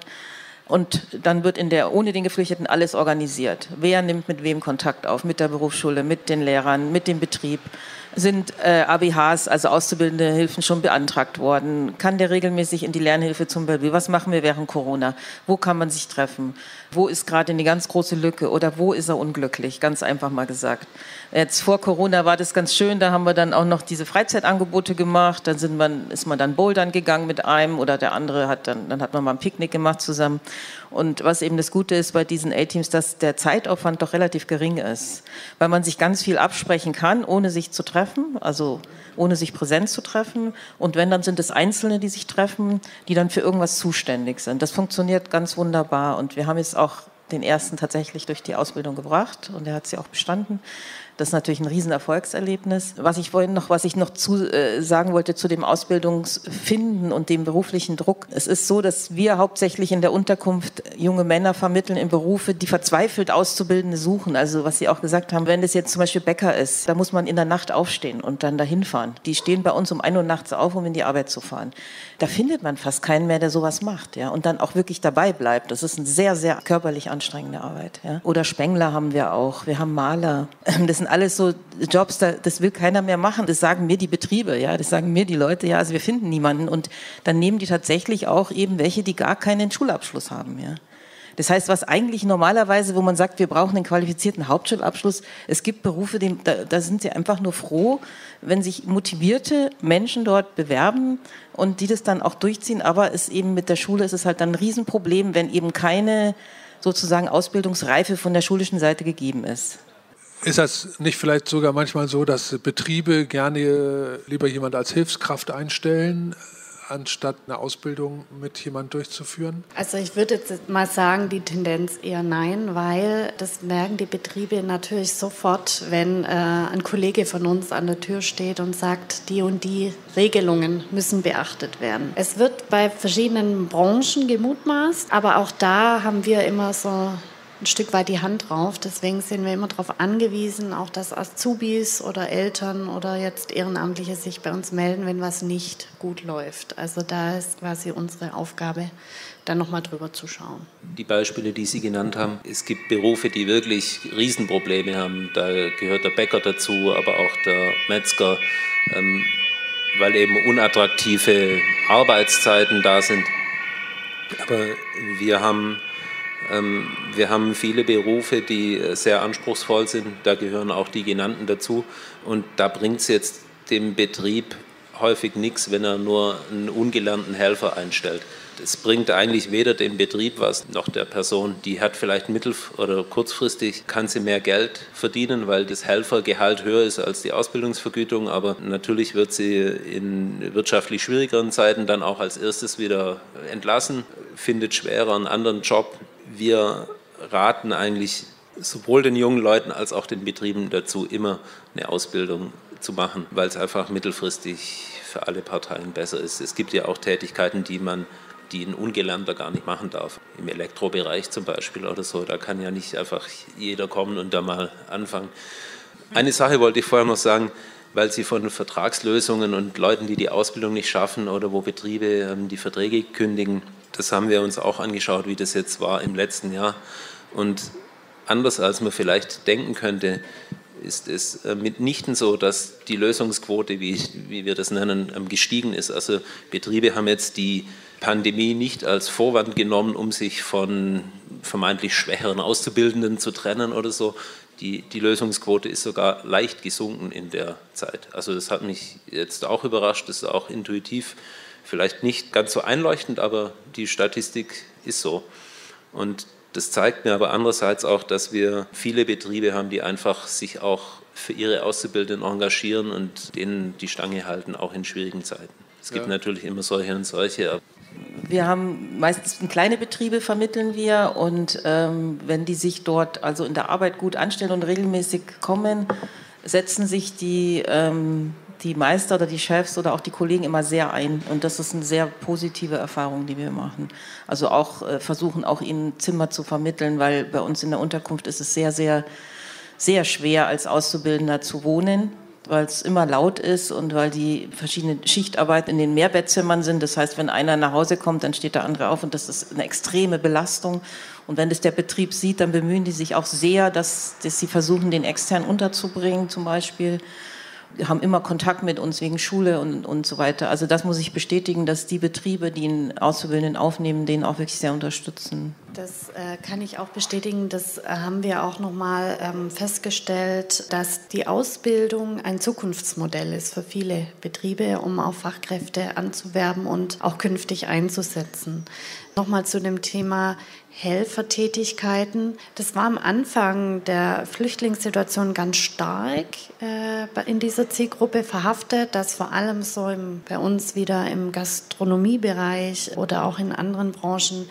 Und dann wird in der ohne den Geflüchteten alles organisiert. Wer nimmt mit wem Kontakt auf? Mit der Berufsschule, mit den Lehrern, mit dem Betrieb. Sind äh, A B Hs, also auszubildende Hilfen, schon beantragt worden? Kann der regelmäßig in die Lernhilfe zum Bellevue? Was machen wir während Corona? Wo kann man sich treffen? Wo ist gerade eine ganz große Lücke oder wo ist er unglücklich? Ganz einfach mal gesagt. Jetzt vor Corona war das ganz schön, da haben wir dann auch noch diese Freizeitangebote gemacht. Dann sind man, ist man dann bouldern gegangen mit einem oder der andere hat dann, dann hat man mal ein Picknick gemacht zusammen. Und was eben das Gute ist bei diesen A-Teams, dass der Zeitaufwand doch relativ gering ist, weil man sich ganz viel absprechen kann, ohne sich zu treffen, also ohne sich präsent zu treffen. Und wenn, dann sind es Einzelne, die sich treffen, die dann für irgendwas zuständig sind. Das funktioniert ganz wunderbar. Und wir haben jetzt auch den ersten tatsächlich durch die Ausbildung gebracht und er hat sie auch bestanden. Das ist natürlich ein Riesenerfolgserlebnis. Was ich vorhin noch, was ich noch zu, äh, sagen wollte zu dem Ausbildungsfinden und dem beruflichen Druck. Es ist so, dass wir hauptsächlich in der Unterkunft junge Männer vermitteln in Berufe, die verzweifelt Auszubildende suchen. Also was Sie auch gesagt haben, wenn das jetzt zum Beispiel Bäcker ist, da muss man in der Nacht aufstehen und dann dahin fahren. Die stehen bei uns um ein Uhr nachts auf, um in die Arbeit zu fahren. Da findet man fast keinen mehr, der sowas macht, ja, und dann auch wirklich dabei bleibt. Das ist eine sehr, sehr körperlich anstrengende Arbeit. Ja. Oder Spengler haben wir auch. Wir haben Maler. Das sind alles so Jobs, das will keiner mehr machen. Das sagen mir die Betriebe, ja, das sagen mir die Leute, ja, also wir finden niemanden. Und dann nehmen die tatsächlich auch eben welche, die gar keinen Schulabschluss haben, ja. Das heißt, was eigentlich normalerweise, wo man sagt, wir brauchen einen qualifizierten Hauptschulabschluss, es gibt Berufe, die, da, da sind sie einfach nur froh, wenn sich motivierte Menschen dort bewerben und die das dann auch durchziehen. Aber es eben mit der Schule ist es halt dann ein Riesenproblem, wenn eben keine sozusagen Ausbildungsreife von der schulischen Seite gegeben ist. Ist das nicht vielleicht sogar manchmal so, dass Betriebe gerne lieber jemand als Hilfskraft einstellen, anstatt eine Ausbildung mit jemandem durchzuführen? Also ich würde jetzt mal sagen, die Tendenz eher nein, weil das merken die Betriebe natürlich sofort, wenn äh, ein Kollege von uns an der Tür steht und sagt, die und die Regelungen müssen beachtet werden. Es wird bei verschiedenen Branchen gemutmaßt, aber auch da haben wir immer so ein Stück weit die Hand drauf. Deswegen sind wir immer darauf angewiesen, auch dass Azubis oder Eltern oder jetzt Ehrenamtliche sich bei uns melden, wenn was nicht gut läuft. Also da ist quasi unsere Aufgabe, dann nochmal drüber zu schauen. Die Beispiele, die Sie genannt haben, es gibt Berufe, die wirklich Riesenprobleme haben. Da gehört der Bäcker dazu, aber auch der Metzger, ähm, weil eben unattraktive Arbeitszeiten da sind. Aber wir haben Ähm, wir haben viele Berufe, die sehr anspruchsvoll sind, da gehören auch die genannten dazu und da bringt es jetzt dem Betrieb häufig nichts, wenn er nur einen ungelernten Helfer einstellt. Das bringt eigentlich weder dem Betrieb was, noch der Person. Die hat vielleicht mittel- oder kurzfristig, kann sie mehr Geld verdienen, weil das Helfergehalt höher ist als die Ausbildungsvergütung, aber natürlich wird sie in wirtschaftlich schwierigeren Zeiten dann auch als erstes wieder entlassen, findet schwerer einen anderen Job. Wir raten eigentlich sowohl den jungen Leuten als auch den Betrieben dazu, immer eine Ausbildung zu machen, weil es einfach mittelfristig für alle Parteien besser ist. Es gibt ja auch Tätigkeiten, die man, die ein Ungelernter gar nicht machen darf. Im Elektrobereich zum Beispiel oder so, da kann ja nicht einfach jeder kommen und da mal anfangen. Eine Sache wollte ich vorher noch sagen, weil Sie von Vertragslösungen und Leuten, die die Ausbildung nicht schaffen oder wo Betriebe die Verträge kündigen, das haben wir uns auch angeschaut, wie das jetzt war im letzten Jahr. Und anders als man vielleicht denken könnte, ist es mitnichten so, dass die Lösungsquote, wie, wie wir das nennen, gestiegen ist. Also Betriebe haben jetzt die Pandemie nicht als Vorwand genommen, um sich von vermeintlich schwächeren Auszubildenden zu trennen oder so. Die, die Lösungsquote ist sogar leicht gesunken in der Zeit. Also das hat mich jetzt auch überrascht, das ist auch intuitiv vielleicht nicht ganz so einleuchtend, aber die Statistik ist so. Und das zeigt mir aber andererseits auch, dass wir viele Betriebe haben, die einfach sich auch für ihre Auszubildenden engagieren und denen die Stange halten, auch in schwierigen Zeiten. Es gibt ja natürlich immer solche und solche. Wir haben meistens kleine Betriebe, vermitteln wir, und ähm, wenn die sich dort also in der Arbeit gut anstellen und regelmäßig kommen, setzen sich die ähm, die Meister oder die Chefs oder auch die Kollegen immer sehr ein. Und das ist eine sehr positive Erfahrung, die wir machen. Also auch äh, versuchen, auch ihnen Zimmer zu vermitteln, weil bei uns in der Unterkunft ist es sehr, sehr, sehr schwer, als Auszubildender zu wohnen, weil es immer laut ist und weil die verschiedene Schichtarbeit in den Mehrbettzimmern sind. Das heißt, wenn einer nach Hause kommt, dann steht der andere auf und das ist eine extreme Belastung. Und wenn das der Betrieb sieht, dann bemühen die sich auch sehr, dass, dass sie versuchen, den extern unterzubringen zum Beispiel. Wir haben immer Kontakt mit uns wegen Schule und, und so weiter. Also das muss ich bestätigen, dass die Betriebe, die einen Auszubildenden aufnehmen, den auch wirklich sehr unterstützen. Das äh, kann ich auch bestätigen. Das äh, haben wir auch nochmal ähm, festgestellt, dass die Ausbildung ein Zukunftsmodell ist für viele Betriebe, um auch Fachkräfte anzuwerben und auch künftig einzusetzen. Nochmal zu dem Thema Helfertätigkeiten. Das war am Anfang der Flüchtlingssituation ganz stark äh, in dieser Zielgruppe verhaftet, dass vor allem so im, bei uns wieder im Gastronomiebereich oder auch in anderen Branchen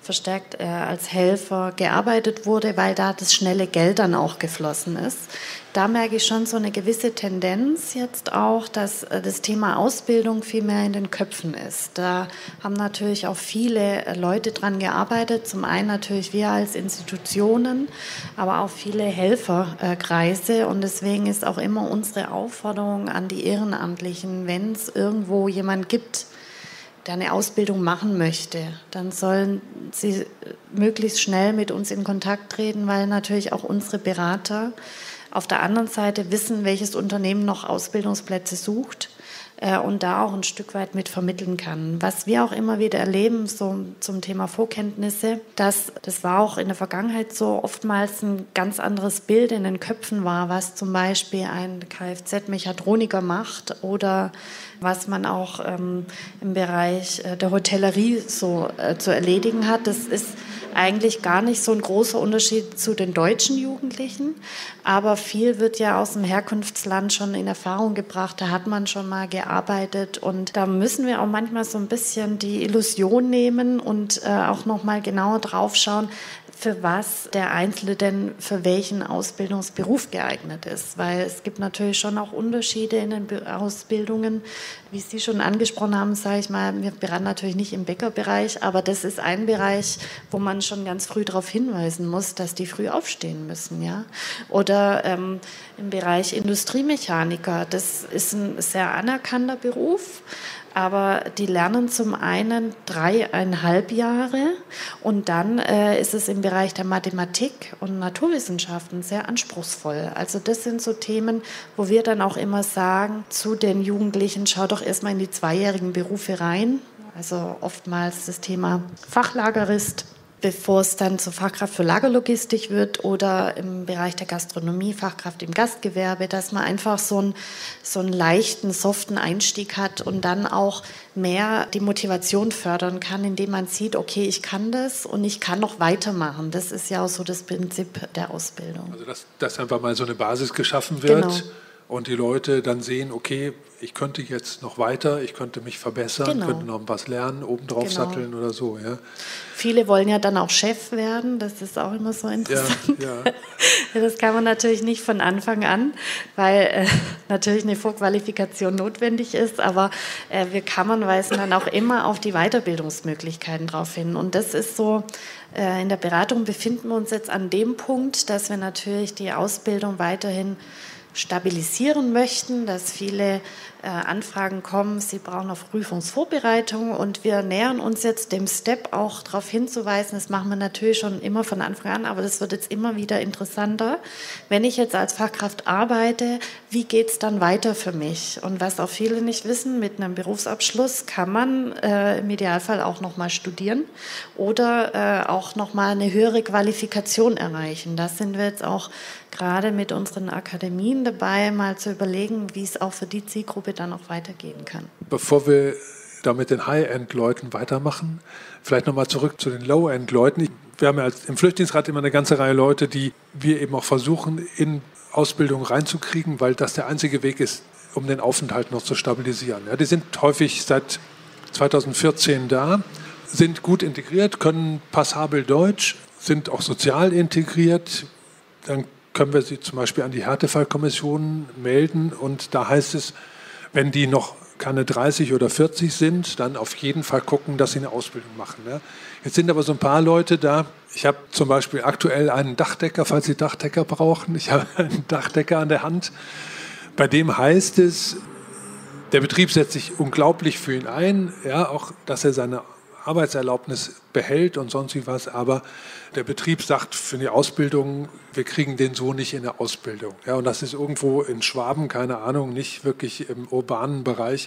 verstärkt äh, als Helfer gearbeitet wurde, weil da das schnelle Geld dann auch geflossen ist. Da merke ich schon so eine gewisse Tendenz jetzt auch, dass äh, das Thema Ausbildung viel mehr in den Köpfen ist. Da haben natürlich auch viele äh, Leute dran gearbeitet. Zum einen natürlich wir als Institutionen, aber auch viele Helferkreise. Und deswegen ist auch immer unsere Aufforderung an die Ehrenamtlichen, wenn es irgendwo jemand gibt, der eine Ausbildung machen möchte, dann sollen sie möglichst schnell mit uns in Kontakt treten, weil natürlich auch unsere Berater auf der anderen Seite wissen, welches Unternehmen noch Ausbildungsplätze sucht äh, und da auch ein Stück weit mit vermitteln kann. Was wir auch immer wieder erleben, so zum Thema Vorkenntnisse, dass das war auch in der Vergangenheit so oftmals ein ganz anderes Bild in den Köpfen war, was zum Beispiel ein Kfz-Mechatroniker macht oder was man auch ähm, im Bereich äh, der Hotellerie so äh, zu erledigen hat. Das ist eigentlich gar nicht so ein großer Unterschied zu den deutschen Jugendlichen, aber viel wird ja aus dem Herkunftsland schon in Erfahrung gebracht, da hat man schon mal gearbeitet und da müssen wir auch manchmal so ein bisschen die Illusion nehmen und äh, auch noch mal genauer drauf schauen, für was der Einzelne denn für welchen Ausbildungsberuf geeignet ist. Weil es gibt natürlich schon auch Unterschiede in den Ausbildungen. Wie Sie schon angesprochen haben, sage ich mal, wir beraten natürlich nicht im Bäckerbereich, aber das ist ein Bereich, wo man schon ganz früh darauf hinweisen muss, dass die früh aufstehen müssen. Ja? Oder ähm, im Bereich Industriemechaniker, das ist ein sehr anerkannter Beruf. Aber die lernen zum einen dreieinhalb Jahre und dann äh, ist es im Bereich der Mathematik und Naturwissenschaften sehr anspruchsvoll. Also das sind so Themen, wo wir dann auch immer sagen zu den Jugendlichen, schau doch erstmal in die zweijährigen Berufe rein. Also oftmals das Thema Fachlagerist, bevor es dann zur Fachkraft für Lagerlogistik wird oder im Bereich der Gastronomie, Fachkraft im Gastgewerbe, dass man einfach so einen, so einen leichten, soften Einstieg hat und dann auch mehr die Motivation fördern kann, indem man sieht, okay, ich kann das und ich kann noch weitermachen. Das ist ja auch so das Prinzip der Ausbildung. Also dass, dass einfach mal so eine Basis geschaffen wird. Genau. Und die Leute dann sehen, okay, ich könnte jetzt noch weiter, ich könnte mich verbessern, Genau. könnte noch was lernen, obendrauf Genau. satteln oder so. Ja. Viele wollen ja dann auch Chef werden, das ist auch immer so interessant. Ja, ja. Das kann man natürlich nicht von Anfang an, weil äh, natürlich eine Vorqualifikation notwendig ist, aber äh, wir Kammern weisen dann auch immer auf die Weiterbildungsmöglichkeiten drauf hin. Und das ist so, äh, in der Beratung befinden wir uns jetzt an dem Punkt, dass wir natürlich die Ausbildung weiterhin stabilisieren möchten, dass viele äh, Anfragen kommen, sie brauchen auf Prüfungsvorbereitung und wir nähern uns jetzt dem Step auch darauf hinzuweisen, das machen wir natürlich schon immer von Anfang an, aber das wird jetzt immer wieder interessanter. Wenn ich jetzt als Fachkraft arbeite, wie geht es dann weiter für mich? Und was auch viele nicht wissen, mit einem Berufsabschluss kann man äh, im Idealfall auch nochmal studieren oder äh, auch nochmal eine höhere Qualifikation erreichen. Das sind wir jetzt auch gerade mit unseren Akademien dabei, mal zu überlegen, wie es auch für die Zielgruppe dann auch weitergehen kann. Bevor wir da mit den High-End-Leuten weitermachen, vielleicht nochmal zurück zu den Low-End-Leuten. Wir haben ja im Flüchtlingsrat immer eine ganze Reihe Leute, die wir eben auch versuchen, in Ausbildung reinzukriegen, weil das der einzige Weg ist, um den Aufenthalt noch zu stabilisieren. Ja, die sind häufig seit zweitausendvierzehn da, sind gut integriert, können passabel Deutsch, sind auch sozial integriert. Dann können wir sie zum Beispiel an die Härtefallkommission melden und da heißt es, wenn die noch keine dreißig oder vierzig sind, dann auf jeden Fall gucken, dass sie eine Ausbildung machen. Ja. Jetzt sind aber so ein paar Leute da. Ich habe zum Beispiel aktuell einen Dachdecker, falls Sie Dachdecker brauchen. Ich habe einen Dachdecker an der Hand. Bei dem heißt es, der Betrieb setzt sich unglaublich für ihn ein, ja, auch, dass er seine Arbeitserlaubnis behält und sonst wie was, aber der Betrieb sagt für die Ausbildung, wir kriegen den so nicht in der Ausbildung. Ja, und das ist irgendwo in Schwaben, keine Ahnung, nicht wirklich im urbanen Bereich.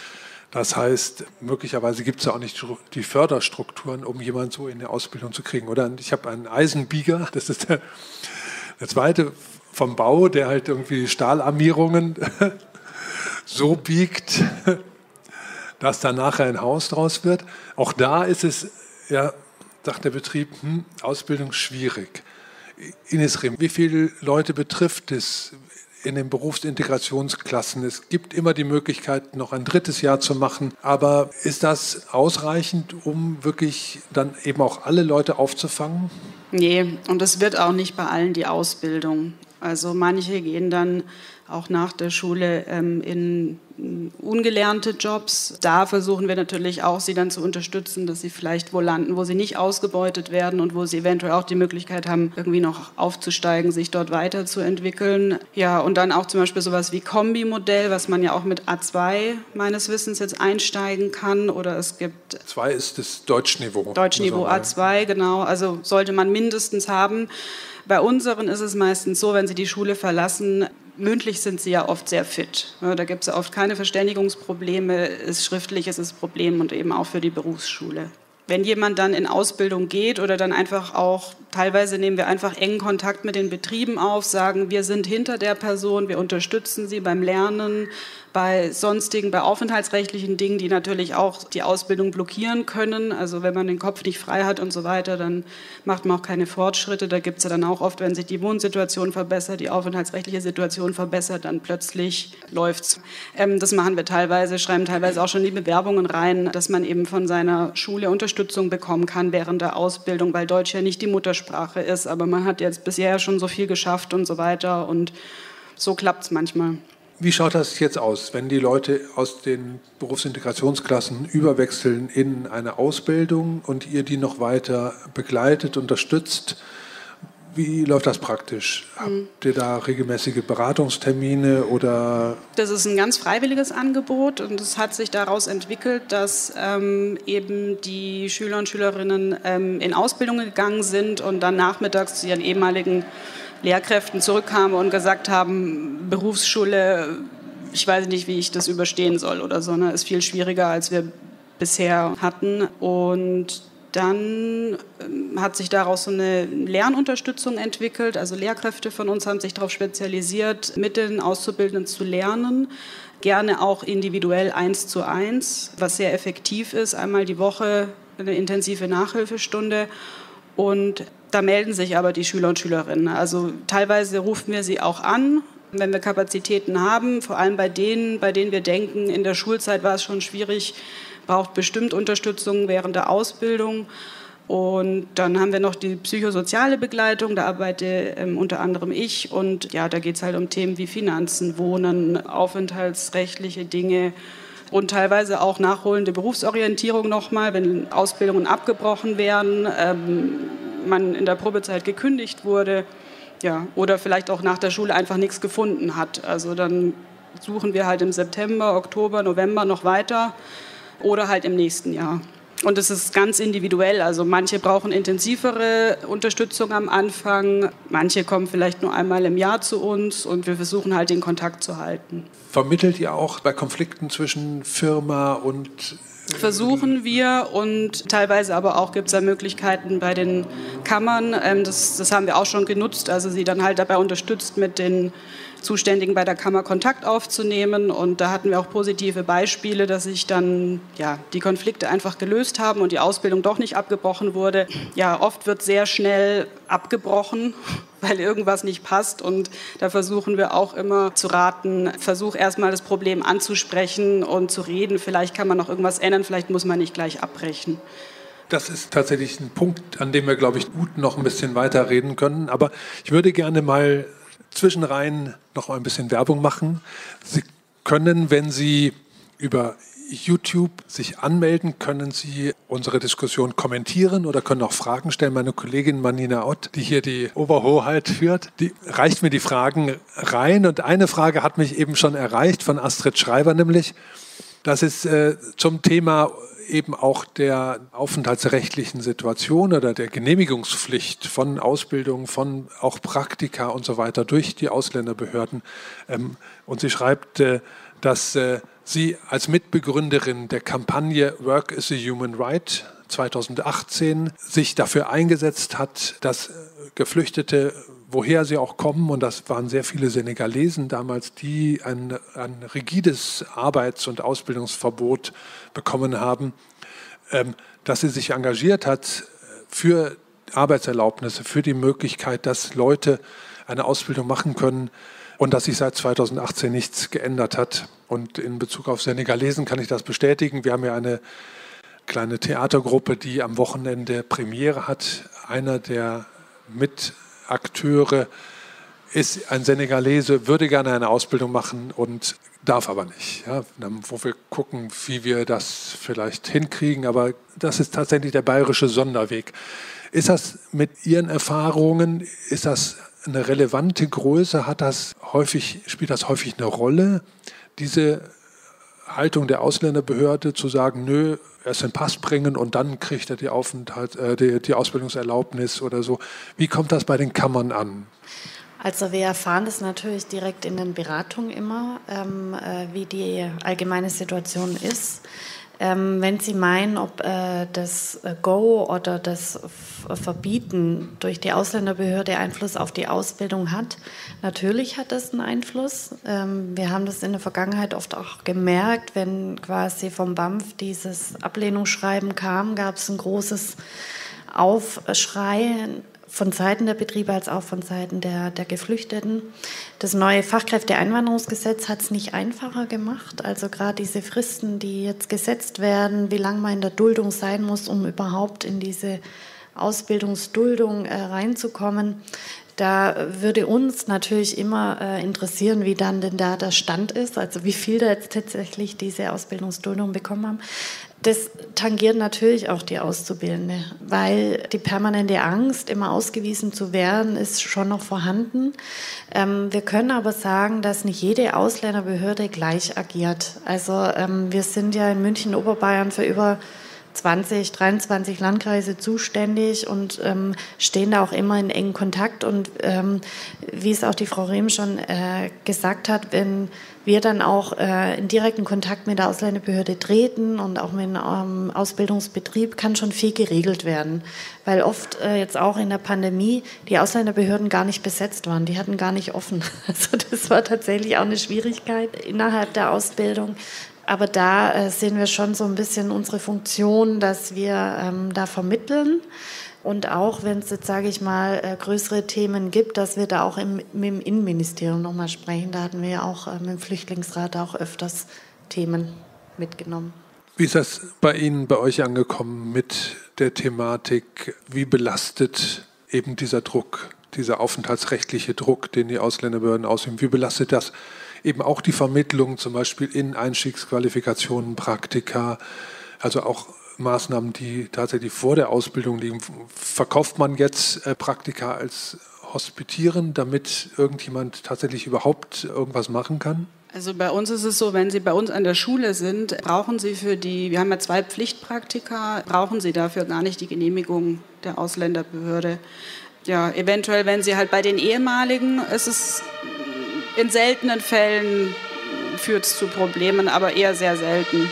Das heißt, möglicherweise gibt es ja auch nicht die Förderstrukturen, um jemanden so in der Ausbildung zu kriegen. Oder ich habe einen Eisenbieger, das ist der, der zweite vom Bau, der halt irgendwie Stahlarmierungen so biegt, dass da nachher ein Haus draus wird. Auch da ist es, ja, sagt der Betrieb, hm, Ausbildung schwierig. Ines Rehm, wie viele Leute betrifft es in den Berufsintegrationsklassen. Es gibt immer die Möglichkeit, noch ein drittes Jahr zu machen. Aber ist das ausreichend, um wirklich dann eben auch alle Leute aufzufangen? Nee, und es wird auch nicht bei allen die Ausbildung. Also manche gehen dann auch nach der Schule ähm, in ungelernte Jobs. Da versuchen wir natürlich auch, sie dann zu unterstützen, dass sie vielleicht wo landen, wo sie nicht ausgebeutet werden und wo sie eventuell auch die Möglichkeit haben, irgendwie noch aufzusteigen, sich dort weiterzuentwickeln. Ja, und dann auch zum Beispiel sowas wie Kombi-Modell, was man ja auch mit A zwei meines Wissens jetzt einsteigen kann. Oder es gibt... A zwei ist das Deutschniveau. Deutschniveau A zwei, genau. Also sollte man mindestens haben. Bei unseren ist es meistens so, wenn sie die Schule verlassen, mündlich sind sie ja oft sehr fit. Da gibt es oft keine Verständigungsprobleme, ist schriftlich ist das Problem und eben auch für die Berufsschule. Wenn jemand dann in Ausbildung geht oder dann einfach auch, teilweise nehmen wir einfach engen Kontakt mit den Betrieben auf, sagen, wir sind hinter der Person, wir unterstützen sie beim Lernen, bei sonstigen, bei aufenthaltsrechtlichen Dingen, die natürlich auch die Ausbildung blockieren können. Also wenn man den Kopf nicht frei hat und so weiter, dann macht man auch keine Fortschritte. Da gibt es ja dann auch oft, wenn sich die Wohnsituation verbessert, die aufenthaltsrechtliche Situation verbessert, dann plötzlich läuft's. Ähm, das machen wir teilweise, schreiben teilweise auch schon die Bewerbungen rein, dass man eben von seiner Schule Unterstützung bekommen kann während der Ausbildung, weil Deutsch ja nicht die Muttersprache ist, aber man hat jetzt bisher schon so viel geschafft und so weiter und so klappt's manchmal. Wie schaut das jetzt aus, wenn die Leute aus den Berufsintegrationsklassen überwechseln in eine Ausbildung und ihr die noch weiter begleitet, unterstützt? Wie läuft das praktisch? Mhm. Habt ihr da regelmäßige Beratungstermine oder? Das ist ein ganz freiwilliges Angebot und es hat sich daraus entwickelt, dass ähm, eben die Schüler und Schülerinnen ähm, in Ausbildung gegangen sind und dann nachmittags zu ihren ehemaligen Lehrkräften zurückkamen und gesagt haben, Berufsschule, ich weiß nicht, wie ich das überstehen soll oder so, ne, ist viel schwieriger, als wir bisher hatten. Und dann hat sich daraus so eine Lernunterstützung entwickelt. Also Lehrkräfte von uns haben sich darauf spezialisiert, mit den Auszubildenden zu lernen. Gerne auch individuell eins zu eins, was sehr effektiv ist. Einmal die Woche eine intensive Nachhilfestunde. Und da melden sich aber die Schüler und Schülerinnen. Also teilweise rufen wir sie auch an, wenn wir Kapazitäten haben. Vor allem bei denen, bei denen wir denken, in der Schulzeit war es schon schwierig, braucht bestimmt Unterstützung während der Ausbildung. Und dann haben wir noch die psychosoziale Begleitung, da arbeite ähm, unter anderem ich. Und ja, da geht es halt um Themen wie Finanzen, Wohnen, aufenthaltsrechtliche Dinge. Und teilweise auch nachholende Berufsorientierung nochmal, wenn Ausbildungen abgebrochen werden, ähm, man in der Probezeit gekündigt wurde, ja, oder vielleicht auch nach der Schule einfach nichts gefunden hat. Also dann suchen wir halt im September, Oktober, November noch weiter oder halt im nächsten Jahr. Und es ist ganz individuell, also manche brauchen intensivere Unterstützung am Anfang, manche kommen vielleicht nur einmal im Jahr zu uns und wir versuchen halt den Kontakt zu halten. Vermittelt ihr auch bei Konflikten zwischen Firma und... Versuchen wir und teilweise aber auch gibt es da Möglichkeiten bei den Kammern, das, das haben wir auch schon genutzt, also sie dann halt dabei unterstützt, mit den Zuständigen bei der Kammer Kontakt aufzunehmen und da hatten wir auch positive Beispiele, dass sich dann ja, die Konflikte einfach gelöst haben und die Ausbildung doch nicht abgebrochen wurde. Ja, oft wird sehr schnell abgebrochen, weil irgendwas nicht passt und da versuchen wir auch immer zu raten, versuch erstmal das Problem anzusprechen und zu reden, vielleicht kann man noch irgendwas ändern, vielleicht muss man nicht gleich abbrechen. Das ist tatsächlich ein Punkt, an dem wir, glaube ich, gut noch ein bisschen weiter reden können, aber ich würde gerne mal zwischenrein noch mal ein bisschen Werbung machen. Sie können, wenn Sie über YouTube sich anmelden, können Sie unsere Diskussion kommentieren oder können auch Fragen stellen. Meine Kollegin Manina Ott, die hier die Oberhoheit führt, die reicht mir die Fragen rein. Und eine Frage hat mich eben schon erreicht von Astrid Schreiber, nämlich, das ist äh, zum Thema eben auch der aufenthaltsrechtlichen Situation oder der Genehmigungspflicht von Ausbildung, von auch Praktika und so weiter durch die Ausländerbehörden. Und sie schreibt, dass sie als Mitbegründerin der Kampagne Work is a Human Right zweitausendachtzehn sich dafür eingesetzt hat, dass Geflüchtete, woher sie auch kommen, und das waren sehr viele Senegalesen damals, die ein, ein rigides Arbeits- und Ausbildungsverbot bekommen haben, ähm, dass sie sich engagiert hat für Arbeitserlaubnisse, für die Möglichkeit, dass Leute eine Ausbildung machen können, und dass sich seit zweitausendachtzehn nichts geändert hat. Und in Bezug auf Senegalesen kann ich das bestätigen. Wir haben ja eine kleine Theatergruppe, die am Wochenende Premiere hat. Einer der Mitakteure ist ein Senegalese, würde gerne eine Ausbildung machen und darf aber nicht. Ja, wo wir gucken, wie wir das vielleicht hinkriegen. Aber das ist tatsächlich der bayerische Sonderweg. Ist das mit Ihren Erfahrungen, ist das eine relevante Größe? Hat das häufig, spielt das häufig eine Rolle, diese Haltung der Ausländerbehörde zu sagen, nö, erst den Pass bringen und dann kriegt er die, Aufenthalt, äh, die, die Ausbildungserlaubnis oder so. Wie kommt das bei den Kammern an? Also wir erfahren das natürlich direkt in den Beratungen immer, ähm, äh, wie die allgemeine Situation ist. Ähm, wenn Sie meinen, ob äh, das Go oder das F- Verbieten durch die Ausländerbehörde Einfluss auf die Ausbildung hat, natürlich hat das einen Einfluss. Ähm, wir haben das in der Vergangenheit oft auch gemerkt, wenn quasi vom B A M F dieses Ablehnungsschreiben kam, gab es ein großes Aufschrei von Seiten der Betriebe als auch von Seiten der, der Geflüchteten. Das neue Fachkräfteeinwanderungsgesetz hat es nicht einfacher gemacht. Also gerade diese Fristen, die jetzt gesetzt werden, wie lange man in der Duldung sein muss, um überhaupt in diese Ausbildungsduldung äh, reinzukommen. Da würde uns natürlich immer äh, interessieren, wie dann denn da der Stand ist, also wie viele da jetzt tatsächlich diese Ausbildungsduldung bekommen haben. Das tangiert natürlich auch die Auszubildende, weil die permanente Angst, immer ausgewiesen zu werden, ist schon noch vorhanden. Ähm, wir können aber sagen, dass nicht jede Ausländerbehörde gleich agiert. Also ähm, wir sind ja in München, Oberbayern für über zwanzig, dreiundzwanzig Landkreise zuständig und ähm, stehen da auch immer in engen Kontakt. Und ähm, wie es auch die Frau Rehm schon äh, gesagt hat, wenn wir dann auch äh, in direkten Kontakt mit der Ausländerbehörde treten und auch mit dem ähm, Ausbildungsbetrieb, kann schon viel geregelt werden. Weil oft äh, jetzt auch in der Pandemie die Ausländerbehörden gar nicht besetzt waren, die hatten gar nicht offen. Also das war tatsächlich auch eine Schwierigkeit innerhalb der Ausbildung. Aber da äh, sehen wir schon so ein bisschen unsere Funktion, dass wir ähm, da vermitteln. Und auch, wenn es jetzt, sage ich mal, äh, größere Themen gibt, dass wir da auch im, mit dem Innenministerium nochmal sprechen. Da hatten wir ja auch äh, mit dem Flüchtlingsrat auch öfters Themen mitgenommen. Wie ist das bei Ihnen, bei euch angekommen mit der Thematik? Wie belastet eben dieser Druck, dieser aufenthaltsrechtliche Druck, den die Ausländerbehörden ausüben, wie belastet das eben auch die Vermittlung zum Beispiel in Einstiegsqualifikationen, Praktika, also auch Maßnahmen, die tatsächlich vor der Ausbildung liegen? Verkauft man jetzt äh, Praktika als Hospitieren, damit irgendjemand tatsächlich überhaupt irgendwas machen kann? Also bei uns ist es so, wenn Sie bei uns an der Schule sind, brauchen Sie für die, wir haben ja zwei Pflichtpraktika, brauchen Sie dafür gar nicht die Genehmigung der Ausländerbehörde. Ja, eventuell, wenn Sie halt bei den ehemaligen, ist es in seltenen Fällen führt es zu Problemen, aber eher sehr selten.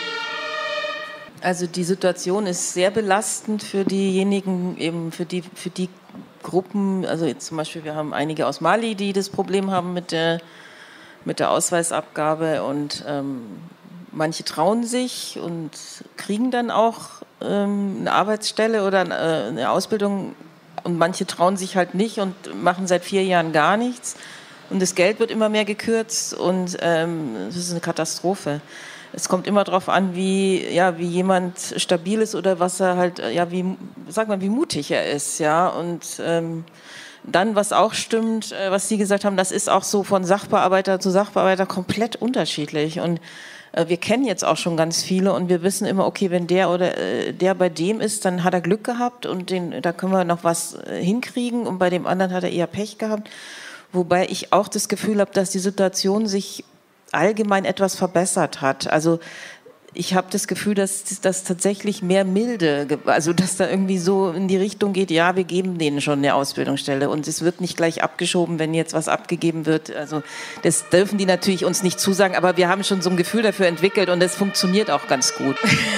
Also die Situation ist sehr belastend für diejenigen, eben für die, für die Gruppen. Also jetzt zum Beispiel, wir haben einige aus Mali, die das Problem haben mit der, mit der Ausweisabgabe und ähm, manche trauen sich und kriegen dann auch ähm, eine Arbeitsstelle oder äh, eine Ausbildung und manche trauen sich halt nicht und machen seit vier Jahren gar nichts. Und das Geld wird immer mehr gekürzt und ähm, das ist eine Katastrophe. Es kommt immer darauf an, wie, ja, wie jemand stabil ist oder was er halt, ja, wie, sag mal, wie mutig er ist, ja. Und ähm, dann, was auch stimmt, äh, was Sie gesagt haben, das ist auch so von Sachbearbeiter zu Sachbearbeiter komplett unterschiedlich. Und äh, wir kennen jetzt auch schon ganz viele und wir wissen immer, okay, wenn der oder äh, der bei dem ist, dann hat er Glück gehabt und den, da können wir noch was äh, hinkriegen und bei dem anderen hat er eher Pech gehabt. Wobei ich auch das Gefühl habe, dass die Situation sich allgemein etwas verbessert hat. Also ich habe das Gefühl, dass das tatsächlich mehr Milde, also dass da irgendwie so in die Richtung geht, ja, wir geben denen schon eine Ausbildungsstelle und es wird nicht gleich abgeschoben, wenn jetzt was abgegeben wird. Also das dürfen die natürlich uns nicht zusagen, aber wir haben schon so ein Gefühl dafür entwickelt und das funktioniert auch ganz gut.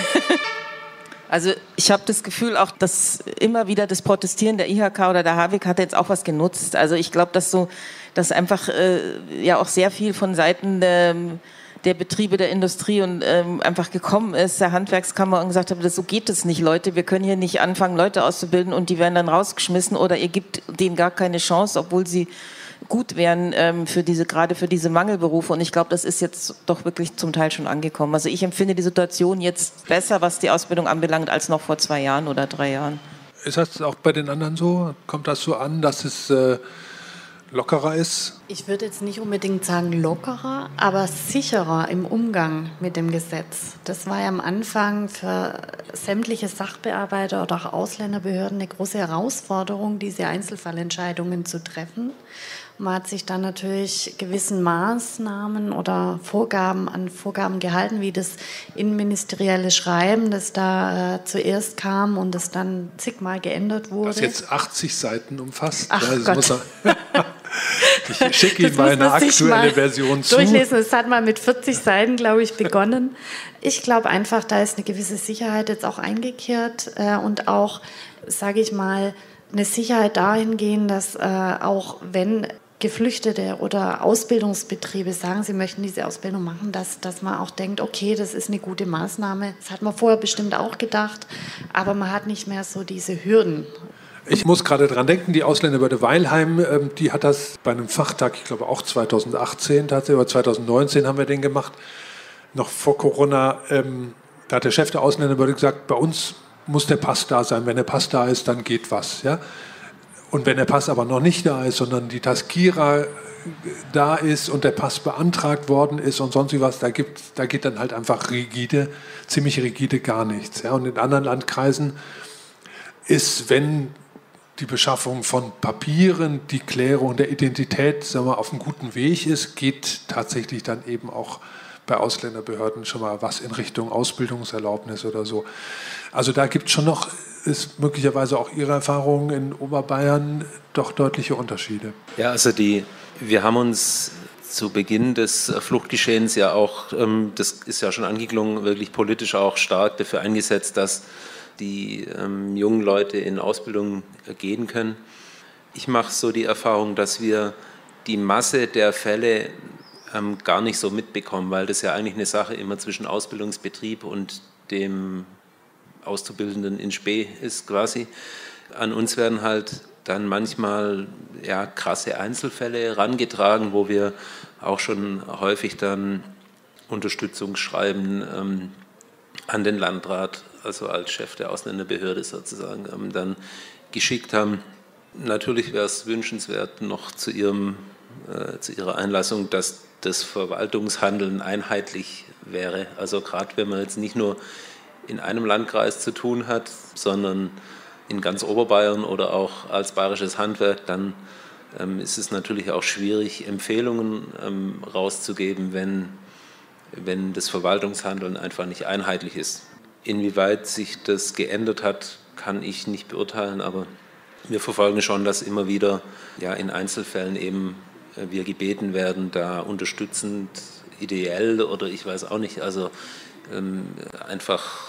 Also ich habe das Gefühl auch, dass immer wieder das Protestieren der I H K oder der H W K hat jetzt auch was genutzt. Also ich glaube, dass so, dass einfach äh, ja auch sehr viel von Seiten der, der Betriebe der Industrie und ähm, einfach gekommen ist, der Handwerkskammer und gesagt hat, so geht es nicht, Leute. Wir können hier nicht anfangen, Leute auszubilden und die werden dann rausgeschmissen oder ihr gebt denen gar keine Chance, obwohl sie gut wären ähm, für diese, gerade für diese Mangelberufe. Und ich glaube, das ist jetzt doch wirklich zum Teil schon angekommen. Also ich empfinde die Situation jetzt besser, was die Ausbildung anbelangt, als noch vor zwei Jahren oder drei Jahren. Ist das auch bei den anderen so? Kommt das so an, dass es äh, lockerer ist? Ich würde jetzt nicht unbedingt sagen lockerer, aber sicherer im Umgang mit dem Gesetz. Das war ja am Anfang für sämtliche Sachbearbeiter oder auch Ausländerbehörden eine große Herausforderung, diese Einzelfallentscheidungen zu treffen. Man hat sich dann natürlich gewissen Maßnahmen oder Vorgaben an Vorgaben gehalten, wie das innenministerielle Schreiben, das da äh, zuerst kam und das dann zigmal geändert wurde. Das jetzt achtzig Seiten umfasst. Ach ja, das Gott. Muss er ich schicke Ihnen mal eine aktuelle Version zu. Durchlesen. Es hat mal mit vierzig Seiten, glaube ich, begonnen. Ich glaube einfach, da ist eine gewisse Sicherheit jetzt auch eingekehrt äh, und auch, sage ich mal, eine Sicherheit dahingehend, dass äh, auch wenn Geflüchtete oder Ausbildungsbetriebe sagen, sie möchten diese Ausbildung machen, dass, dass man auch denkt, okay, das ist eine gute Maßnahme. Das hat man vorher bestimmt auch gedacht, aber man hat nicht mehr so diese Hürden. Ich muss gerade dran denken, die Ausländerbehörde Weilheim, ähm, die hat das bei einem Fachtag, ich glaube auch zweitausendachtzehn, tatsächlich, oder zweitausendneunzehn haben wir den gemacht, noch vor Corona, ähm, da hat der Chef der Ausländerbehörde gesagt, bei uns muss der Pass da sein. Wenn der Pass da ist, dann geht was. Ja? Und wenn der Pass aber noch nicht da ist, sondern die Taskira da ist und der Pass beantragt worden ist und sonst was, da, gibt, da geht dann halt einfach rigide, ziemlich rigide gar nichts. Ja? Und in anderen Landkreisen ist, wenn die Beschaffung von Papieren, die Klärung der Identität, sagen wir, auf einem guten Weg ist, geht tatsächlich dann eben auch bei Ausländerbehörden schon mal was in Richtung Ausbildungserlaubnis oder so. Also da gibt es schon noch, ist möglicherweise auch Ihre Erfahrung in Oberbayern, doch deutliche Unterschiede. Ja, also die, wir haben uns zu Beginn des Fluchtgeschehens ja auch, ähm, das ist ja schon angeklungen, wirklich politisch auch stark dafür eingesetzt, dass die ähm, jungen Leute in Ausbildung gehen können. Ich mache so die Erfahrung, dass wir die Masse der Fälle ähm, gar nicht so mitbekommen, weil das ja eigentlich eine Sache immer zwischen Ausbildungsbetrieb und dem Auszubildenden in Spee ist quasi. An uns werden halt dann manchmal ja, krasse Einzelfälle herangetragen, wo wir auch schon häufig dann Unterstützungsschreiben ähm, an den Landrat, also als Chef der Ausländerbehörde sozusagen, ähm, dann geschickt haben. Natürlich wäre es wünschenswert noch zu, ihrem, äh, zu Ihrer Einlassung, dass das Verwaltungshandeln einheitlich wäre. Also gerade wenn man jetzt nicht nur in einem Landkreis zu tun hat, sondern in ganz Oberbayern oder auch als bayerisches Handwerk, dann ähm, ist es natürlich auch schwierig, Empfehlungen ähm, rauszugeben, wenn, wenn das Verwaltungshandeln einfach nicht einheitlich ist. Inwieweit sich das geändert hat, kann ich nicht beurteilen, aber wir verfolgen schon, dass immer wieder ja, in Einzelfällen eben äh, wir gebeten werden, da unterstützend, ideell oder ich weiß auch nicht, also ähm, einfach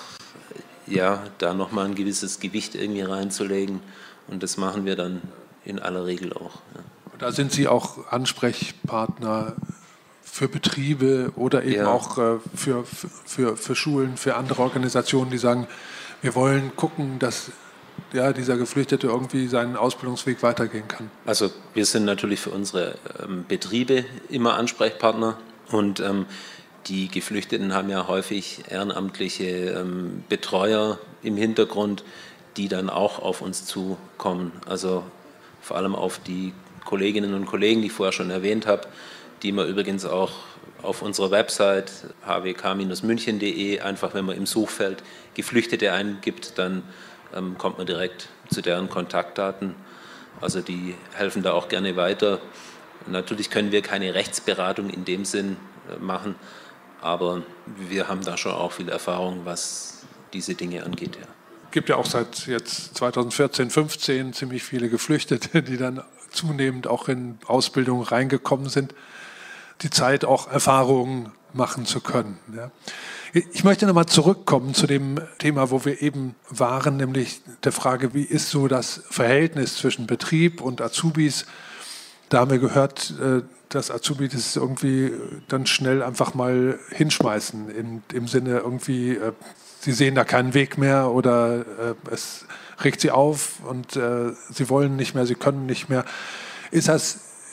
ja, da nochmal ein gewisses Gewicht irgendwie reinzulegen und das machen wir dann in aller Regel auch. Ja. Da sind Sie auch Ansprechpartner für Betriebe oder eben ja. auch äh, für, für, für Schulen, für andere Organisationen, die sagen, wir wollen gucken, dass ja, dieser Geflüchtete irgendwie seinen Ausbildungsweg weitergehen kann. Also wir sind natürlich für unsere ähm, Betriebe immer Ansprechpartner und ähm, die Geflüchteten haben ja häufig ehrenamtliche ähm, Betreuer im Hintergrund, die dann auch auf uns zukommen. Also vor allem auf die Kolleginnen und Kollegen, die ich vorher schon erwähnt habe, die man übrigens auch auf unserer Website h w k Bindestrich münchen punkt d e einfach, wenn man im Suchfeld Geflüchtete eingibt, dann ähm, kommt man direkt zu deren Kontaktdaten. Also die helfen da auch gerne weiter. Natürlich können wir keine Rechtsberatung in dem Sinn äh, machen, aber wir haben da schon auch viel Erfahrung, was diese Dinge angeht. Ja. Es gibt ja auch seit jetzt zweitausendvierzehn, fünfzehn ziemlich viele Geflüchtete, die dann zunehmend auch in Ausbildung reingekommen sind, die Zeit auch Erfahrungen machen zu können. Ja. Ich möchte nochmal zurückkommen zu dem Thema, wo wir eben waren, nämlich der Frage, wie ist so das Verhältnis zwischen Betrieb und Azubis? Da haben wir gehört, dass Azubis das irgendwie dann schnell einfach mal hinschmeißen, in, im Sinne irgendwie, sie sehen da keinen Weg mehr oder es regt sie auf und sie wollen nicht mehr, sie können nicht mehr. Ist das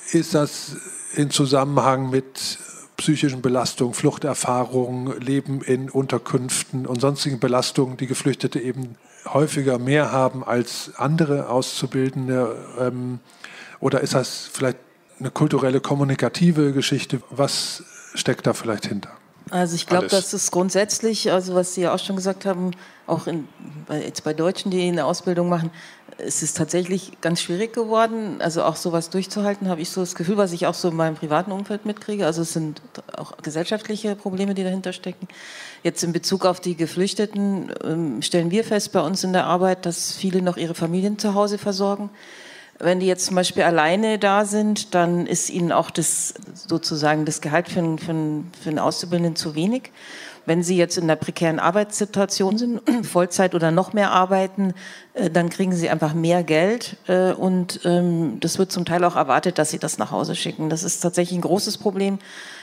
ist das in Zusammenhang mit psychischen Belastungen, Fluchterfahrungen, Leben in Unterkünften und sonstigen Belastungen, die Geflüchtete eben häufiger mehr haben als andere Auszubildende? Ähm, oder ist das vielleicht eine kulturelle, kommunikative Geschichte? Was steckt da vielleicht hinter? Also ich glaube, das ist grundsätzlich, also was Sie ja auch schon gesagt haben, auch in, bei, jetzt bei Deutschen, die eine Ausbildung machen, es ist tatsächlich ganz schwierig geworden, also auch sowas durchzuhalten, habe ich so das Gefühl, was ich auch so in meinem privaten Umfeld mitkriege. Also es sind auch gesellschaftliche Probleme, die dahinter stecken. Jetzt in Bezug auf die Geflüchteten ähm, stellen wir fest bei uns in der Arbeit, dass viele noch ihre Familien zu Hause versorgen. Wenn die jetzt zum Beispiel alleine da sind, dann ist ihnen auch das sozusagen das Gehalt für einen, für einen, für einen Auszubildenden zu wenig. Wenn sie jetzt in einer prekären Arbeitssituation sind, Vollzeit oder noch mehr arbeiten, dann kriegen sie einfach mehr Geld und das wird zum Teil auch erwartet, dass sie das nach Hause schicken. Das ist tatsächlich ein großes Problem,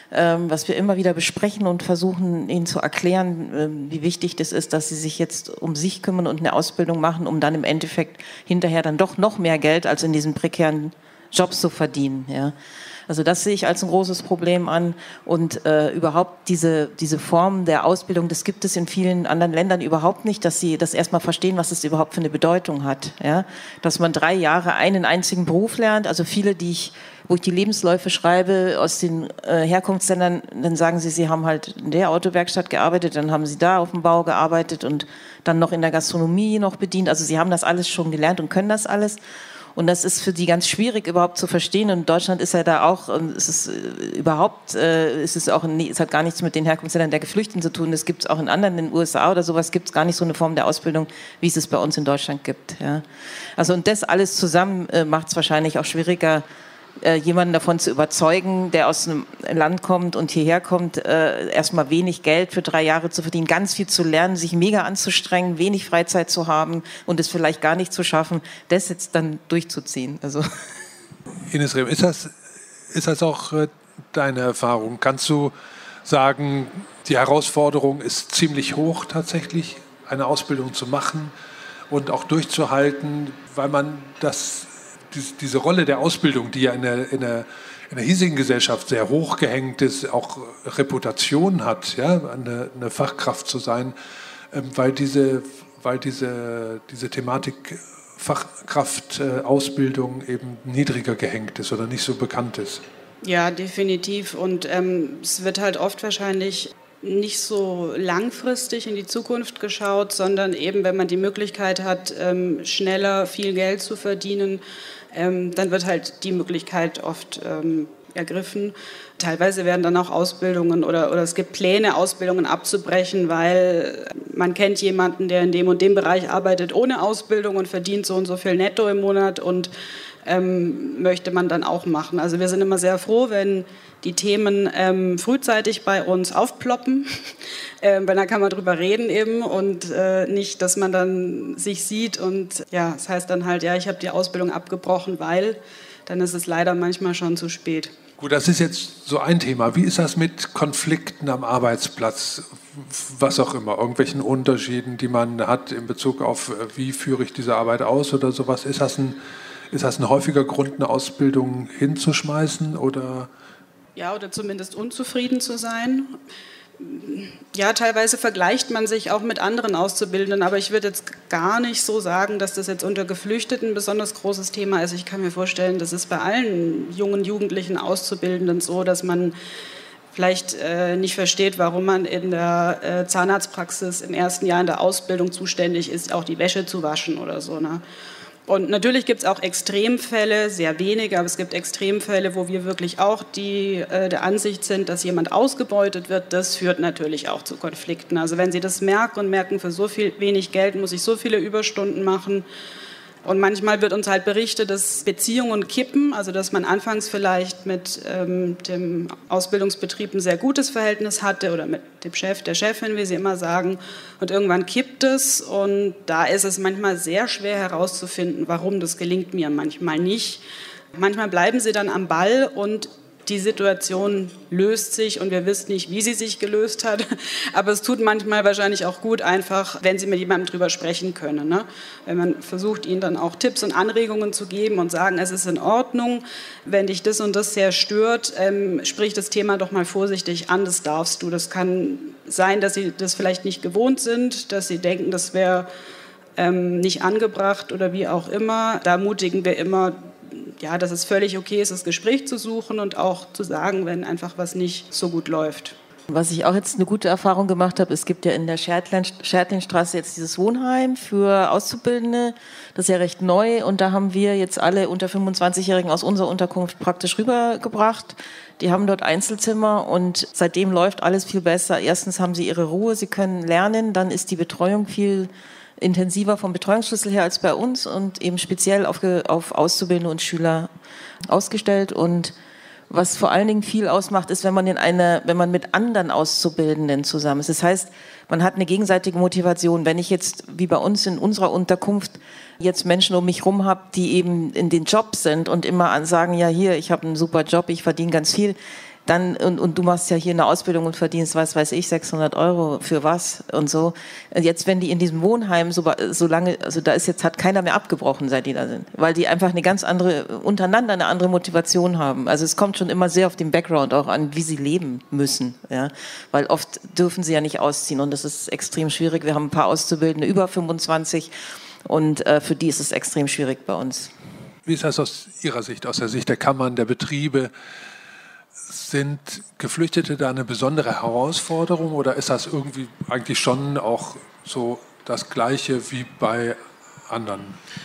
was wir immer wieder besprechen und versuchen, ihnen zu erklären, wie wichtig das ist, dass sie sich jetzt um sich kümmern und eine Ausbildung machen, um dann im Endeffekt hinterher dann doch noch mehr Geld als in diesen prekären Jobs zu verdienen. Ja. Also das sehe ich als ein großes Problem an und äh, überhaupt diese, diese Form der Ausbildung, das gibt es in vielen anderen Ländern überhaupt nicht, dass sie das erstmal verstehen, was es überhaupt für eine Bedeutung hat. Ja? Dass man drei Jahre einen einzigen Beruf lernt, also viele, die ich, wo ich die Lebensläufe schreibe aus den äh, Herkunftsländern, dann sagen sie, sie haben halt in der Autowerkstatt gearbeitet, dann haben sie da auf dem Bau gearbeitet und dann noch in der Gastronomie noch bedient, also sie haben das alles schon gelernt und können das alles. Und das ist für die ganz schwierig überhaupt zu verstehen. Und Deutschland ist ja da auch, es ist überhaupt, äh, es ist auch, es hat gar nichts mit den Herkunftsländern der Geflüchteten zu tun. Das gibt es auch in anderen, in den U S A oder sowas, gibt es gar nicht so eine Form der Ausbildung, wie es es bei uns in Deutschland gibt. Ja. Also und das alles zusammen äh, macht es wahrscheinlich auch schwieriger, äh, jemanden davon zu überzeugen, der aus einem Land kommt und hierher kommt, äh, erstmal wenig Geld für drei Jahre zu verdienen, ganz viel zu lernen, sich mega anzustrengen, wenig Freizeit zu haben und es vielleicht gar nicht zu schaffen, das jetzt dann durchzuziehen. Also. Ines Rehm, ist das, ist das auch äh, deine Erfahrung? Kannst du sagen, die Herausforderung ist ziemlich hoch tatsächlich, eine Ausbildung zu machen und auch durchzuhalten, weil man das diese Rolle der Ausbildung, die ja in der, in der, in der hiesigen Gesellschaft sehr hoch gehängt ist, auch Reputation hat, ja, eine, eine Fachkraft zu sein, weil diese, weil diese, diese Thematik Fachkraftausbildung eben niedriger gehängt ist oder nicht so bekannt ist. Ja, definitiv. Und ähm, es wird halt oft wahrscheinlich nicht so langfristig in die Zukunft geschaut, sondern eben, wenn man die Möglichkeit hat, ähm, schneller viel Geld zu verdienen, ähm, dann wird halt die Möglichkeit oft ähm, ergriffen. Teilweise werden dann auch Ausbildungen oder, oder es gibt Pläne, Ausbildungen abzubrechen, weil man kennt jemanden, der in dem und dem Bereich arbeitet ohne Ausbildung und verdient so und so viel netto im Monat und ähm, möchte man dann auch machen. Also wir sind immer sehr froh, wenn die Themen ähm, frühzeitig bei uns aufploppen, ähm, weil da kann man drüber reden eben und äh, nicht, dass man dann sich sieht und ja, das heißt dann halt, ja, ich habe die Ausbildung abgebrochen, weil, dann ist es leider manchmal schon zu spät. Gut, das ist jetzt so ein Thema. Wie ist das mit Konflikten am Arbeitsplatz? Was auch immer, irgendwelchen Unterschieden, die man hat in Bezug auf, wie führe ich diese Arbeit aus oder sowas? Ist das ein, ist das ein häufiger Grund, eine Ausbildung hinzuschmeißen oder? Ja, oder zumindest unzufrieden zu sein. Ja, teilweise vergleicht man sich auch mit anderen Auszubildenden, aber ich würde jetzt gar nicht so sagen, dass das jetzt unter Geflüchteten ein besonders großes Thema ist. Ich kann mir vorstellen, das ist bei allen jungen, jugendlichen Auszubildenden so, dass man vielleicht äh, nicht versteht, warum man in der äh, Zahnarztpraxis im ersten Jahr in der Ausbildung zuständig ist, auch die Wäsche zu waschen oder so, ne? Und natürlich gibt es auch Extremfälle, sehr wenige, aber es gibt Extremfälle, wo wir wirklich auch die, äh, der Ansicht sind, dass jemand ausgebeutet wird. Das führt natürlich auch zu Konflikten. Also wenn Sie das merken und merken, für so viel wenig Geld muss ich so viele Überstunden machen. Und manchmal wird uns halt berichtet, dass Beziehungen kippen, also dass man anfangs vielleicht mit ähm, dem Ausbildungsbetrieb ein sehr gutes Verhältnis hatte oder mit dem Chef, der Chefin, wie Sie immer sagen, und irgendwann kippt es und da ist es manchmal sehr schwer herauszufinden, warum das gelingt mir, manchmal nicht. Manchmal bleiben sie dann am Ball und die Situation löst sich und wir wissen nicht, wie sie sich gelöst hat. Aber es tut manchmal wahrscheinlich auch gut, einfach, wenn Sie mit jemandem drüber sprechen können. Ne? Wenn man versucht, ihnen dann auch Tipps und Anregungen zu geben und sagen, es ist in Ordnung, wenn dich das und das sehr stört, ähm, sprich das Thema doch mal vorsichtig an, das darfst du. Das kann sein, dass Sie das vielleicht nicht gewohnt sind, dass Sie denken, das wäre ähm, nicht angebracht oder wie auch immer. Da ermutigen wir immer, ja, dass es völlig okay ist, das Gespräch zu suchen und auch zu sagen, wenn einfach was nicht so gut läuft. Was ich auch jetzt eine gute Erfahrung gemacht habe, es gibt ja in der Schertlingstraße jetzt dieses Wohnheim für Auszubildende, das ist ja recht neu und da haben wir jetzt alle unter fünfundzwanzigjährigen aus unserer Unterkunft praktisch rübergebracht. Die haben dort Einzelzimmer und seitdem läuft alles viel besser. Erstens haben sie ihre Ruhe, sie können lernen, dann ist die Betreuung viel intensiver vom Betreuungsschlüssel her als bei uns und eben speziell auf, auf Auszubildende und Schüler ausgestellt. Und was vor allen Dingen viel ausmacht, ist, wenn man in einer, wenn man mit anderen Auszubildenden zusammen ist. Das heißt, man hat eine gegenseitige Motivation. Wenn ich jetzt, wie bei uns in unserer Unterkunft, jetzt Menschen um mich herum habe, die eben in den Jobs sind und immer sagen, ja hier, ich habe einen super Job, ich verdiene ganz viel, dann, und, und du machst ja hier eine Ausbildung und verdienst, was weiß ich, sechshundert Euro für was und so. Jetzt, wenn die in diesem Wohnheim so, so lange, also da ist jetzt, hat keiner mehr abgebrochen, seit die da sind, weil die einfach eine ganz andere, untereinander eine andere Motivation haben. Also es kommt schon immer sehr auf den Background auch an, wie sie leben müssen, ja, weil oft dürfen sie ja nicht ausziehen und das ist extrem schwierig. Wir haben ein paar Auszubildende über fünfundzwanzig und äh, für die ist es extrem schwierig bei uns. Wie ist das aus Ihrer Sicht, aus der Sicht der Kammern, der Betriebe? Sind Geflüchtete da eine besondere Herausforderung oder ist das irgendwie eigentlich schon auch so das Gleiche wie bei anderen?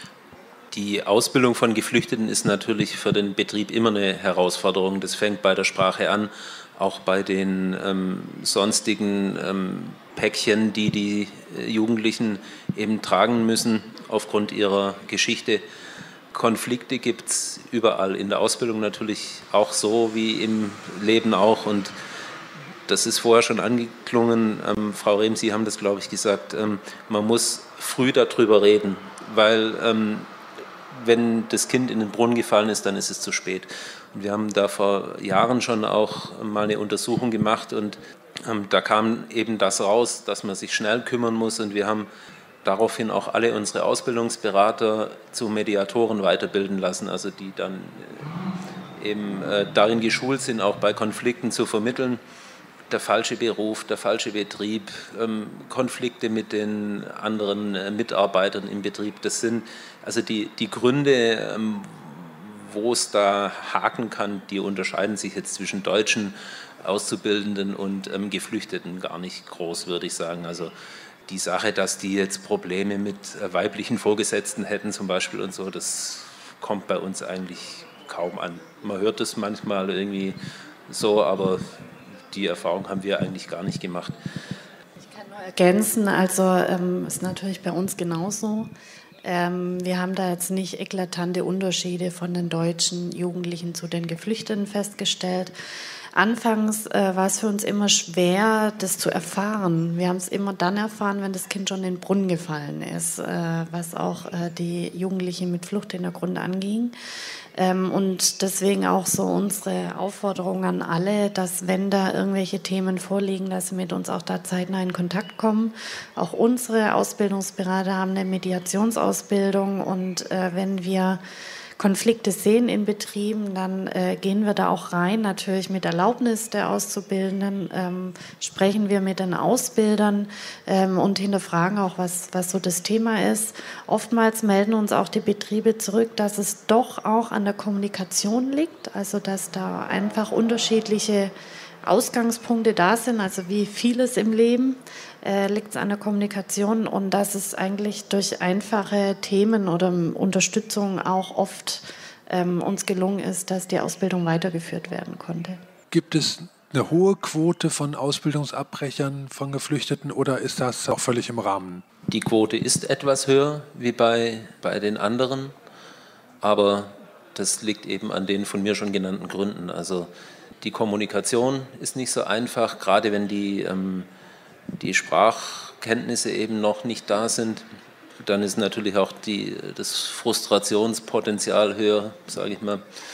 Die Ausbildung von Geflüchteten ist natürlich für den Betrieb immer eine Herausforderung. Das fängt bei der Sprache an, auch bei den ähm, sonstigen ähm, Päckchen, die die Jugendlichen eben tragen müssen aufgrund ihrer Geschichte. Konflikte gibt es überall, in der Ausbildung natürlich auch so wie im Leben auch und das ist vorher schon angeklungen. Ähm, Frau Rehm, Sie haben das, glaube ich, gesagt, ähm, man muss früh darüber reden, weil ähm, wenn das Kind in den Brunnen gefallen ist, dann ist es zu spät. Und wir haben da vor Jahren schon auch mal eine Untersuchung gemacht und ähm, da kam eben das raus, dass man sich schnell kümmern muss und wir haben daraufhin auch alle unsere Ausbildungsberater zu Mediatoren weiterbilden lassen, also die dann eben äh, darin geschult sind, auch bei Konflikten zu vermitteln. Der falsche Beruf, der falsche Betrieb, ähm, Konflikte mit den anderen äh, Mitarbeitern im Betrieb, das sind also die, die Gründe, ähm, wo es da haken kann, die unterscheiden sich jetzt zwischen deutschen Auszubildenden und ähm, Geflüchteten gar nicht groß, würde ich sagen. Also die Sache, dass die jetzt Probleme mit weiblichen Vorgesetzten hätten zum Beispiel und so, das kommt bei uns eigentlich kaum an. Man hört es manchmal irgendwie so, aber die Erfahrung haben wir eigentlich gar nicht gemacht. Ich kann nur ergänzen, also ähm, ist natürlich bei uns genauso. Ähm, wir haben da jetzt nicht eklatante Unterschiede von den deutschen Jugendlichen zu den Geflüchteten festgestellt. Anfangs äh, war es für uns immer schwer, das zu erfahren. Wir haben es immer dann erfahren, wenn das Kind schon in den Brunnen gefallen ist, äh, was auch äh, die Jugendlichen mit Fluchthintergrund anging. Ähm, und deswegen auch so unsere Aufforderung an alle, dass wenn da irgendwelche Themen vorliegen, dass sie mit uns auch da zeitnah in Kontakt kommen. Auch unsere Ausbildungsberater haben eine Mediationsausbildung und äh, wenn wir Konflikte sehen in Betrieben, dann äh, gehen wir da auch rein, natürlich mit Erlaubnis der Auszubildenden, ähm, sprechen wir mit den Ausbildern ähm, und hinterfragen auch, was, was so das Thema ist. Oftmals melden uns auch die Betriebe zurück, dass es doch auch an der Kommunikation liegt, also dass da einfach unterschiedliche Ausgangspunkte da sind, also wie vieles im Leben, äh, liegt es an der Kommunikation und dass es eigentlich durch einfache Themen oder Unterstützung auch oft ähm, uns gelungen ist, dass die Ausbildung weitergeführt werden konnte. Gibt es eine hohe Quote von Ausbildungsabbrechern von Geflüchteten oder ist das auch völlig im Rahmen? Die Quote ist etwas höher wie bei, bei den anderen, aber das liegt eben an den von mir schon genannten Gründen. Also die Kommunikation ist nicht so einfach, gerade wenn die, ähm, die Sprachkenntnisse eben noch nicht da sind. Dann ist natürlich auch die, das Frustrationspotenzial höher, sage ich mal.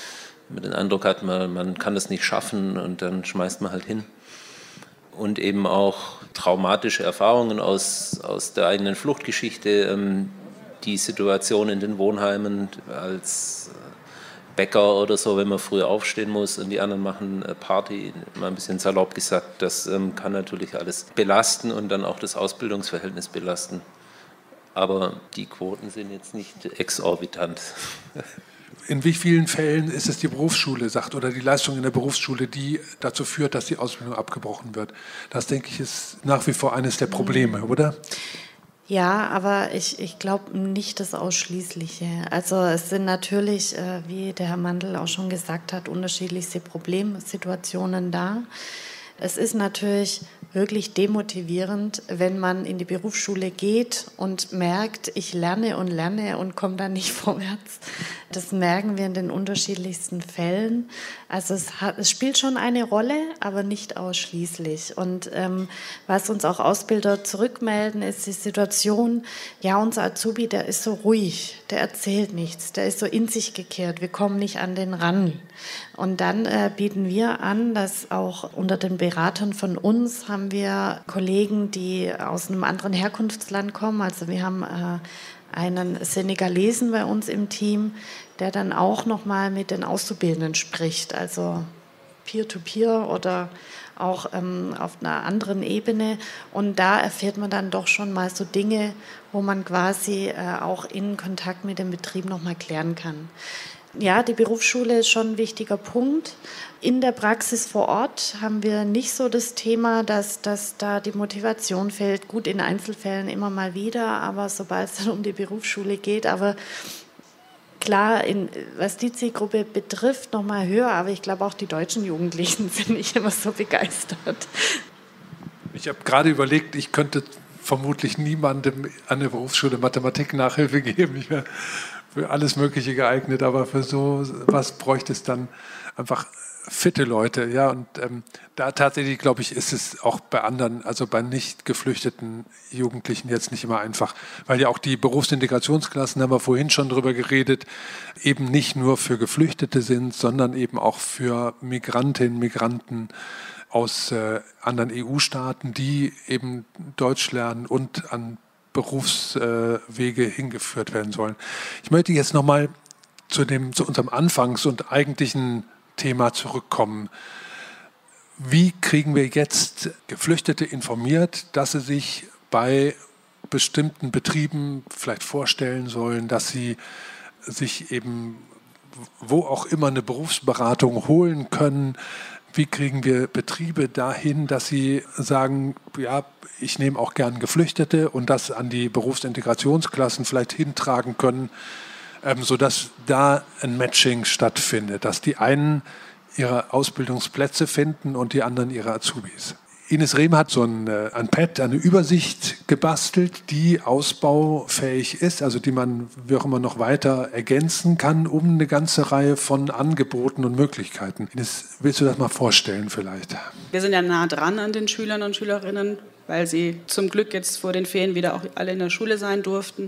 man den Eindruck hat, man, man kann das nicht schaffen und dann schmeißt man halt hin. Und eben auch traumatische Erfahrungen aus, aus der eigenen Fluchtgeschichte, ähm, die Situation in den Wohnheimen als Bäcker oder so, wenn man früh aufstehen muss und die anderen machen Party, mal ein bisschen salopp gesagt, das ähm, kann natürlich alles belasten und dann auch das Ausbildungsverhältnis belasten. Aber die Quoten sind jetzt nicht exorbitant. In wie vielen Fällen ist es die Berufsschule, sagt, oder die Leistung in der Berufsschule, die dazu führt, dass die Ausbildung abgebrochen wird? Das, denke ich, ist nach wie vor eines der Probleme, oder? Ja, aber ich, ich glaube nicht das Ausschließliche. Also es sind natürlich, äh, wie der Herr Mandl auch schon gesagt hat, unterschiedlichste Problemsituationen da. Es ist natürlich wirklich demotivierend, wenn man in die Berufsschule geht und merkt, ich lerne und lerne und komme da nicht vorwärts. Das merken wir in den unterschiedlichsten Fällen. Also es, hat, es spielt schon eine Rolle, aber nicht ausschließlich. Und ähm, was uns auch Ausbilder zurückmelden, ist die Situation, ja, unser Azubi, der ist so ruhig, der erzählt nichts, der ist so in sich gekehrt, wir kommen nicht an den ran. Und dann äh, bieten wir an, dass auch unter den Beratern von uns haben wir Kollegen, die aus einem anderen Herkunftsland kommen. Also wir haben äh, einen Senegalesen bei uns im Team, der dann auch nochmal mit den Auszubildenden spricht, also Peer-to-Peer oder auch ähm, auf einer anderen Ebene. Und da erfährt man dann doch schon mal so Dinge, wo man quasi äh, auch in Kontakt mit dem Betrieb nochmal klären kann. Ja, die Berufsschule ist schon ein wichtiger Punkt. In der Praxis vor Ort haben wir nicht so das Thema, dass, dass da die Motivation fehlt. Gut, in Einzelfällen immer mal wieder, aber sobald es dann um die Berufsschule geht, aber klar, in, was die Zielgruppe betrifft, noch mal höher, aber ich glaube auch die deutschen Jugendlichen sind nicht immer so begeistert. Ich habe gerade überlegt, ich könnte vermutlich niemandem an der Berufsschule Mathematik Nachhilfe geben. Ich wäre für alles Mögliche geeignet, aber für so was bräuchte es dann einfach fitte Leute. Ja, und ähm, da tatsächlich, glaube ich, ist es auch bei anderen, also bei nicht geflüchteten Jugendlichen jetzt nicht immer einfach, weil ja auch die Berufsintegrationsklassen, haben wir vorhin schon drüber geredet, eben nicht nur für Geflüchtete sind, sondern eben auch für Migrantinnen, Migranten aus äh, anderen E U-Staaten, die eben Deutsch lernen und an Berufswege äh, hingeführt werden sollen. Ich möchte jetzt nochmal zu dem, zu unserem Anfangs- und eigentlichen Thema zurückkommen. Wie kriegen wir jetzt Geflüchtete informiert, dass sie sich bei bestimmten Betrieben vielleicht vorstellen sollen, dass sie sich eben wo auch immer eine Berufsberatung holen können? Wie kriegen wir Betriebe dahin, dass sie sagen, ja, ich nehme auch gern Geflüchtete und das an die Berufsintegrationsklassen vielleicht hintragen können, ähm, sodass da ein Matching stattfindet, dass die einen ihre Ausbildungsplätze finden und die anderen ihre Azubis. Ines Rehm hat so ein, ein Pad, eine Übersicht gebastelt, die ausbaufähig ist, also die man wie auch immer noch weiter ergänzen kann, um eine ganze Reihe von Angeboten und Möglichkeiten. Ines, willst du das mal vorstellen vielleicht? Wir sind ja nah dran an den Schülern und Schülerinnen, weil sie zum Glück jetzt vor den Ferien wieder auch alle in der Schule sein durften.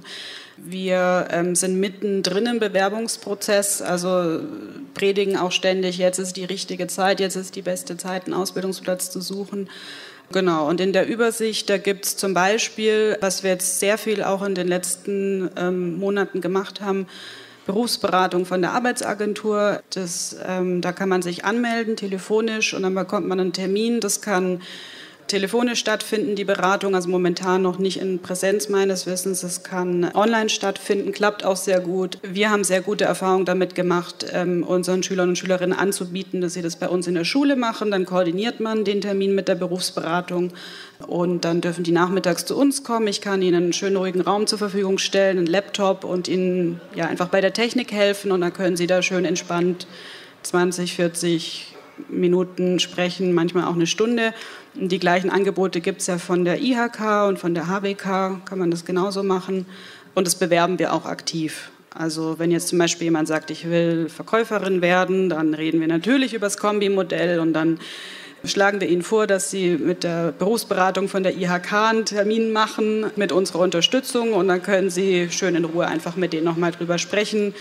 Wir ähm, sind mittendrin im Bewerbungsprozess, also predigen auch ständig, jetzt ist die richtige Zeit, jetzt ist die beste Zeit, einen Ausbildungsplatz zu suchen. Genau, und in der Übersicht, da gibt es zum Beispiel, was wir jetzt sehr viel auch in den letzten ähm, Monaten gemacht haben, Berufsberatung von der Arbeitsagentur. Das, ähm, da kann man sich anmelden, telefonisch, und dann bekommt man einen Termin. Das kann telefonisch stattfinden, die Beratung, also momentan noch nicht in Präsenz meines Wissens. Es kann online stattfinden, klappt auch sehr gut. Wir haben sehr gute Erfahrungen damit gemacht, ähm, unseren Schülern und Schülerinnen anzubieten, dass sie das bei uns in der Schule machen. Dann koordiniert man den Termin mit der Berufsberatung und dann dürfen die nachmittags zu uns kommen. Ich kann ihnen einen schönen, ruhigen Raum zur Verfügung stellen, einen Laptop, und ihnen ja, einfach bei der Technik helfen, und dann können sie da schön entspannt zwanzig, vierzig Minuten sprechen, manchmal auch eine Stunde. Und die gleichen Angebote gibt es ja von der I H K und von der H W K, kann man das genauso machen. Und das bewerben wir auch aktiv. Also wenn jetzt zum Beispiel jemand sagt, ich will Verkäuferin werden, dann reden wir natürlich über das Kombi-Modell, und dann schlagen wir Ihnen vor, dass Sie mit der Berufsberatung von der I H K einen Termin machen mit unserer Unterstützung, und dann können Sie schön in Ruhe einfach mit denen nochmal drüber sprechen,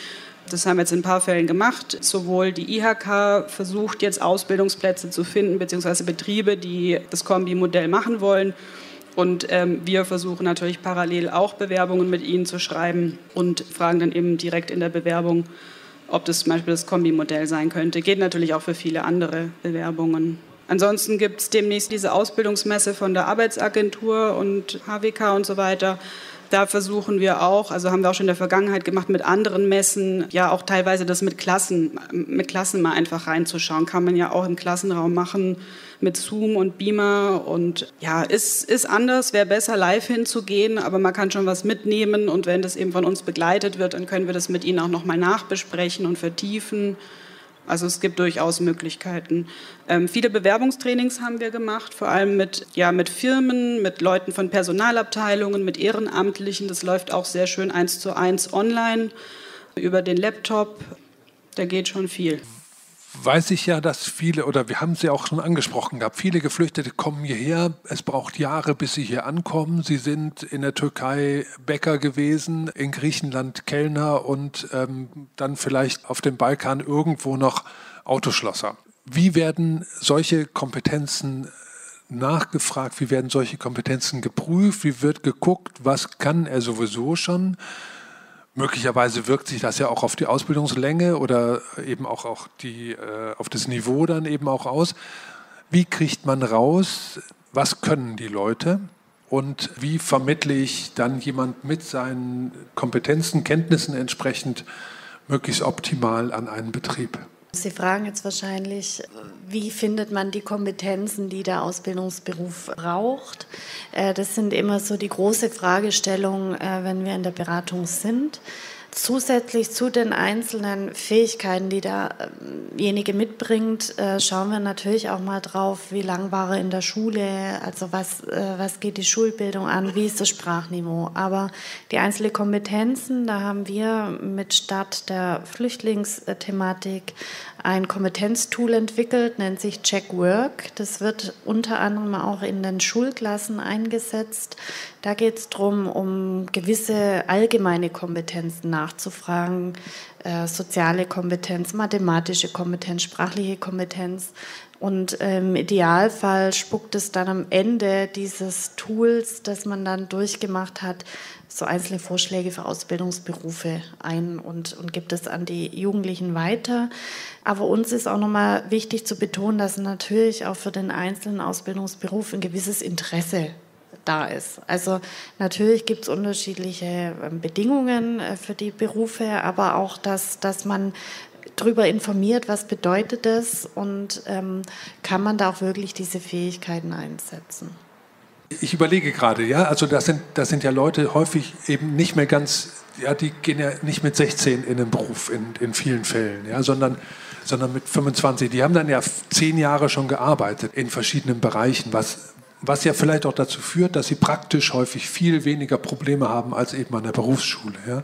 Das haben wir jetzt in ein paar Fällen gemacht. Sowohl die I H K versucht jetzt Ausbildungsplätze zu finden, beziehungsweise Betriebe, die das Kombi-Modell machen wollen. Und ähm, wir versuchen natürlich parallel auch Bewerbungen mit ihnen zu schreiben und fragen dann eben direkt in der Bewerbung, ob das zum Beispiel das Kombi-Modell sein könnte. Geht natürlich auch für viele andere Bewerbungen. Ansonsten gibt es demnächst diese Ausbildungsmesse von der Arbeitsagentur und H W K und so weiter. Da versuchen wir auch, also haben wir auch schon in der Vergangenheit gemacht mit anderen Messen, ja auch teilweise das mit Klassen, mit Klassen mal einfach reinzuschauen. Kann man ja auch im Klassenraum machen mit Zoom und Beamer und ja, ist, ist anders, wäre besser live hinzugehen, aber man kann schon was mitnehmen und wenn das eben von uns begleitet wird, dann können wir das mit Ihnen auch nochmal nachbesprechen und vertiefen. Also es gibt durchaus Möglichkeiten. Ähm, viele Bewerbungstrainings haben wir gemacht, vor allem mit, ja, mit Firmen, mit Leuten von Personalabteilungen, mit Ehrenamtlichen. Das läuft auch sehr schön eins zu eins online über den Laptop. Da geht schon viel. Weiß ich ja, dass viele, oder wir haben es ja auch schon angesprochen gehabt, viele Geflüchtete kommen hierher, es braucht Jahre, bis sie hier ankommen. Sie sind in der Türkei Bäcker gewesen, in Griechenland Kellner und ähm, dann vielleicht auf dem Balkan irgendwo noch Autoschlosser. Wie werden solche Kompetenzen nachgefragt, wie werden solche Kompetenzen geprüft, wie wird geguckt, was kann er sowieso schon? Möglicherweise wirkt sich das ja auch auf die Ausbildungslänge oder eben auch, auch die, äh, auf das Niveau dann eben auch aus. Wie kriegt man raus, was können die Leute und wie vermittle ich dann jemand mit seinen Kompetenzen, Kenntnissen entsprechend möglichst optimal an einen Betrieb? Sie fragen jetzt wahrscheinlich, wie findet man die Kompetenzen, die der Ausbildungsberuf braucht? Das sind immer so die große Fragestellung, wenn wir in der Beratung sind. Zusätzlich zu den einzelnen Fähigkeiten, die derjenige mitbringt, schauen wir natürlich auch mal drauf, wie lang war er in der Schule, also was, was geht die Schulbildung an, wie ist das Sprachniveau. Aber die einzelnen Kompetenzen, da haben wir mit Start der Flüchtlingsthematik ein Kompetenztool entwickelt, nennt sich Check Work. Das wird unter anderem auch in den Schulklassen eingesetzt. Da geht es darum, um gewisse allgemeine Kompetenzen nachzufragen, äh, soziale Kompetenz, mathematische Kompetenz, sprachliche Kompetenz. Und im Idealfall spuckt es dann am Ende dieses Tools, das man dann durchgemacht hat, so einzelne Vorschläge für Ausbildungsberufe ein und, und gibt es an die Jugendlichen weiter. Aber uns ist auch nochmal wichtig zu betonen, dass natürlich auch für den einzelnen Ausbildungsberuf ein gewisses Interesse da ist. Also natürlich gibt es unterschiedliche Bedingungen für die Berufe, aber auch, dass, dass man darüber informiert, was bedeutet das und ähm, kann man da auch wirklich diese Fähigkeiten einsetzen. Ich überlege gerade, ja, also das sind, das sind ja Leute häufig eben nicht mehr ganz, ja, die gehen ja nicht mit sechzehn in den Beruf in, in vielen Fällen, ja, sondern, sondern mit fünfundzwanzig. Die haben dann ja zehn Jahre schon gearbeitet in verschiedenen Bereichen, was, was ja vielleicht auch dazu führt, dass sie praktisch häufig viel weniger Probleme haben als eben an der Berufsschule, ja.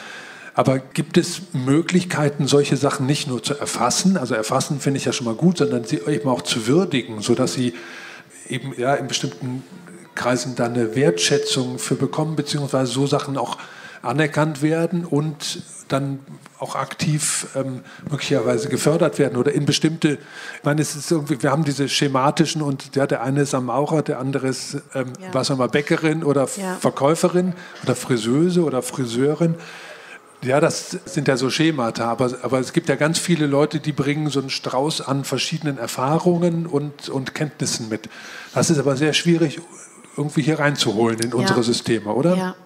Aber gibt es Möglichkeiten, solche Sachen nicht nur zu erfassen, also erfassen finde ich ja schon mal gut, sondern sie eben auch zu würdigen, sodass sie eben ja in bestimmten Kreisen da eine Wertschätzung für bekommen, beziehungsweise so Sachen auch anerkannt werden und dann auch aktiv ähm, möglicherweise gefördert werden oder in bestimmte, ich meine, es ist irgendwie, wir haben diese schematischen und ja, der eine ist am Maurer, der andere ist, ähm, ja. was sagen wir mal, Bäckerin oder ja. Verkäuferin oder Friseuse oder Friseurin. Ja, das sind ja so Schemata, aber, aber es gibt ja ganz viele Leute, die bringen so einen Strauß an verschiedenen Erfahrungen und, und Kenntnissen mit. Das ist aber sehr schwierig, irgendwie hier reinzuholen in ja. unsere Systeme, oder? Ja,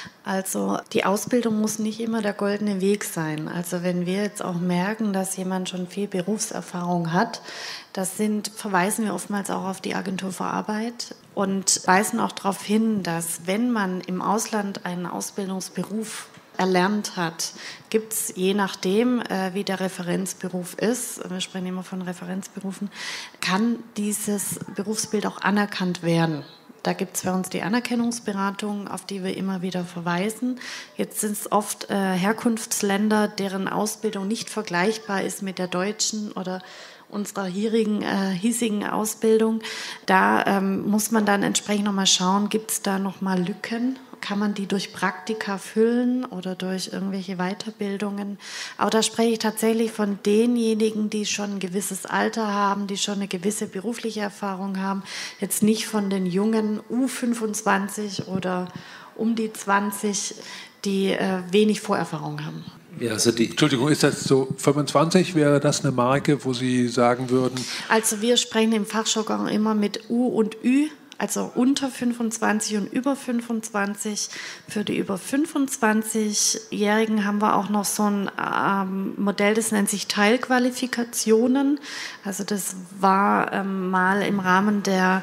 also die Ausbildung muss nicht immer der goldene Weg sein. Also wenn wir jetzt auch merken, dass jemand schon viel Berufserfahrung hat, das sind, verweisen wir oftmals auch auf die Agentur für Arbeit und weisen auch darauf hin, dass wenn man im Ausland einen Ausbildungsberuf erlernt hat, gibt es je nachdem, äh, wie der Referenzberuf ist, wir sprechen immer von Referenzberufen, kann dieses Berufsbild auch anerkannt werden. Da gibt es bei uns die Anerkennungsberatung, auf die wir immer wieder verweisen. Jetzt sind es oft äh, Herkunftsländer, deren Ausbildung nicht vergleichbar ist mit der deutschen oder unserer hierigen, äh, hiesigen Ausbildung. Da ähm, muss man dann entsprechend nochmal schauen, gibt es da nochmal Lücken? kann man die durch Praktika füllen oder durch irgendwelche Weiterbildungen. Aber da spreche ich tatsächlich von denjenigen, die schon ein gewisses Alter haben, die schon eine gewisse berufliche Erfahrung haben. Jetzt nicht von den jungen U fünfundzwanzig oder um die zwanzig, die äh, wenig Vorerfahrung haben. Ja, also die Entschuldigung, ist das so fünfundzwanzig? Wäre das eine Marke, wo Sie sagen würden? Also wir sprechen im Fachjargon immer mit U und Ü, also unter fünfundzwanzig und über fünfundzwanzig. Für die über fünfundzwanzigjährigen haben wir auch noch so ein ähm, Modell, das nennt sich Teilqualifikationen. Also das war ähm, mal im Rahmen der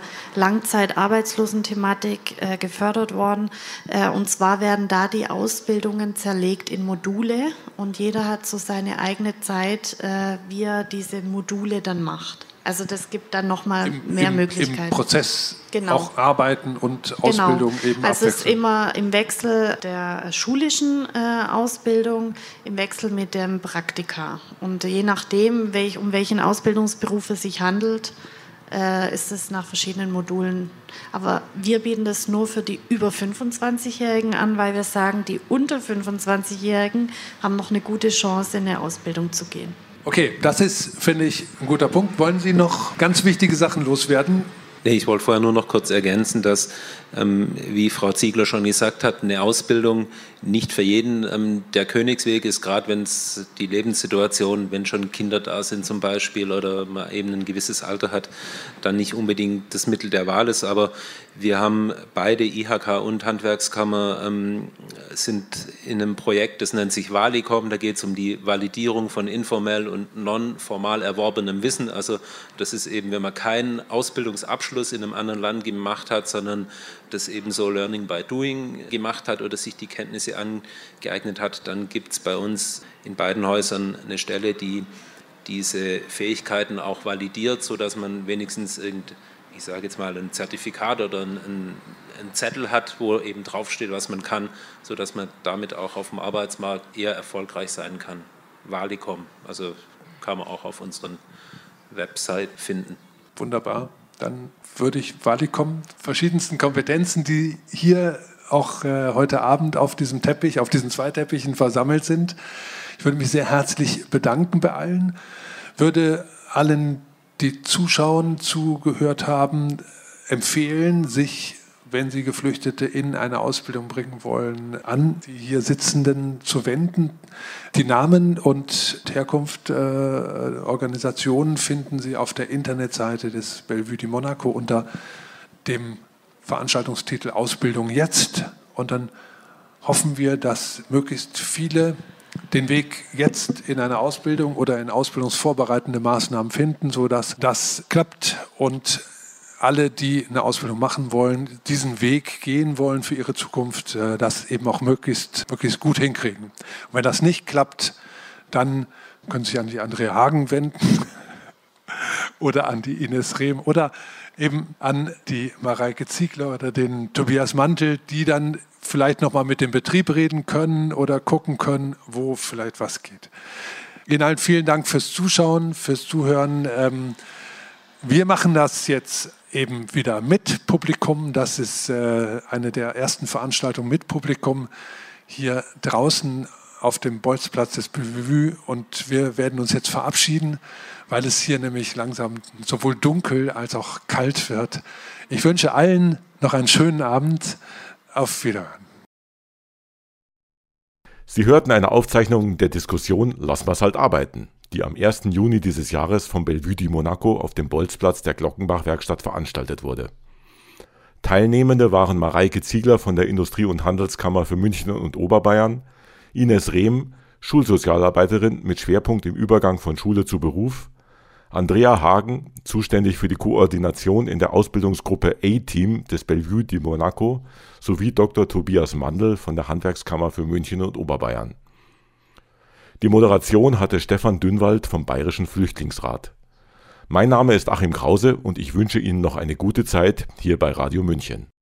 Langzeitarbeitslosen-Thematik äh, gefördert worden. Äh, und zwar werden da die Ausbildungen zerlegt in Module und jeder hat so seine eigene Zeit, äh, wie er diese Module dann macht. Also das gibt dann nochmal mehr im, Möglichkeiten. Im Prozess genau. auch Arbeiten und Ausbildung genau. eben Also es ist abwechseln. immer im Wechsel der schulischen äh, Ausbildung, im Wechsel mit dem Praktika. Und je nachdem, welch, um welchen Ausbildungsberuf es sich handelt, äh, ist es nach verschiedenen Modulen. Aber wir bieten das nur für die über fünfundzwanzigjährigen an, weil wir sagen, die unter fünfundzwanzigjährigen haben noch eine gute Chance, in eine Ausbildung zu gehen. Okay, das ist, finde ich, ein guter Punkt. Wollen Sie noch ganz wichtige Sachen loswerden? Nee, ich wollte vorher nur noch kurz ergänzen, dass, ähm, wie Frau Ziegler schon gesagt hat, eine Ausbildung nicht für jeden ähm, der Königsweg ist, gerade wenn es die Lebenssituation, wenn schon Kinder da sind zum Beispiel oder man eben ein gewisses Alter hat, dann nicht unbedingt das Mittel der Wahl ist. Aber wir haben beide, I H K und Handwerkskammer, ähm, sind in einem Projekt, das nennt sich Valicom, da geht es um die Validierung von informell und non-formal erworbenem Wissen. Also das ist eben, wenn man keinen Ausbildungsabschluss in einem anderen Land gemacht hat, sondern das eben so Learning by Doing gemacht hat oder sich die Kenntnisse angeeignet hat, dann gibt es bei uns in beiden Häusern eine Stelle, die diese Fähigkeiten auch validiert, sodass man wenigstens irgend, ich sage jetzt mal, ein Zertifikat oder ein, ein, ein Zettel hat, wo eben draufsteht, was man kann, sodass man damit auch auf dem Arbeitsmarkt eher erfolgreich sein kann. Valicom, also kann man auch auf unseren Website finden. Wunderbar. Dann würde ich Valicom, verschiedensten Kompetenzen, die hier auch äh, heute Abend auf diesem Teppich, auf diesen zwei Teppichen versammelt sind. Ich würde mich sehr herzlich bedanken bei allen, würde allen, die zuschauen, zugehört haben, empfehlen, sich, wenn sie Geflüchtete in eine Ausbildung bringen wollen, an die hier Sitzenden zu wenden. Die Namen und Herkunft äh, Organisationen finden Sie auf der Internetseite des Bellevue di Monaco unter dem Veranstaltungstitel Ausbildung jetzt. Und dann hoffen wir, dass möglichst viele den Weg jetzt in eine Ausbildung oder in ausbildungsvorbereitende Maßnahmen finden, sodass das klappt und alle, die eine Ausbildung machen wollen, diesen Weg gehen wollen für ihre Zukunft, das eben auch möglichst, möglichst gut hinkriegen. Und wenn das nicht klappt, dann können Sie sich an die Andrea Hagen wenden oder an die Ines Rehm oder eben an die Mareike Ziegler oder den Tobias Mantel, die dann vielleicht nochmal mit dem Betrieb reden können oder gucken können, wo vielleicht was geht. Ihnen allen vielen Dank fürs Zuschauen, fürs Zuhören. Wir machen das jetzt eben wieder mit Publikum. Das ist äh, eine der ersten Veranstaltungen mit Publikum hier draußen auf dem Bolzplatz des Bellevue. Und wir werden uns jetzt verabschieden, weil es hier nämlich langsam sowohl dunkel als auch kalt wird. Ich wünsche allen noch einen schönen Abend. Auf Wiederhören. Sie hörten eine Aufzeichnung der Diskussion Lass mal's halt arbeiten, die am ersten Juni dieses Jahres vom Bellevue di Monaco auf dem Bolzplatz der Glockenbach-Werkstatt veranstaltet wurde. Teilnehmende waren Mareike Ziegler von der Industrie- und Handelskammer für München und Oberbayern, Ines Rehm, Schulsozialarbeiterin mit Schwerpunkt im Übergang von Schule zu Beruf, Andrea Hagen, zuständig für die Koordination in der Ausbildungsgruppe A-Team des Bellevue di Monaco, sowie Doktor Tobias Mandl von der Handwerkskammer für München und Oberbayern. Die Moderation hatte Stefan Dünnwald vom Bayerischen Flüchtlingsrat. Mein Name ist Achim Krause und ich wünsche Ihnen noch eine gute Zeit hier bei Radio München.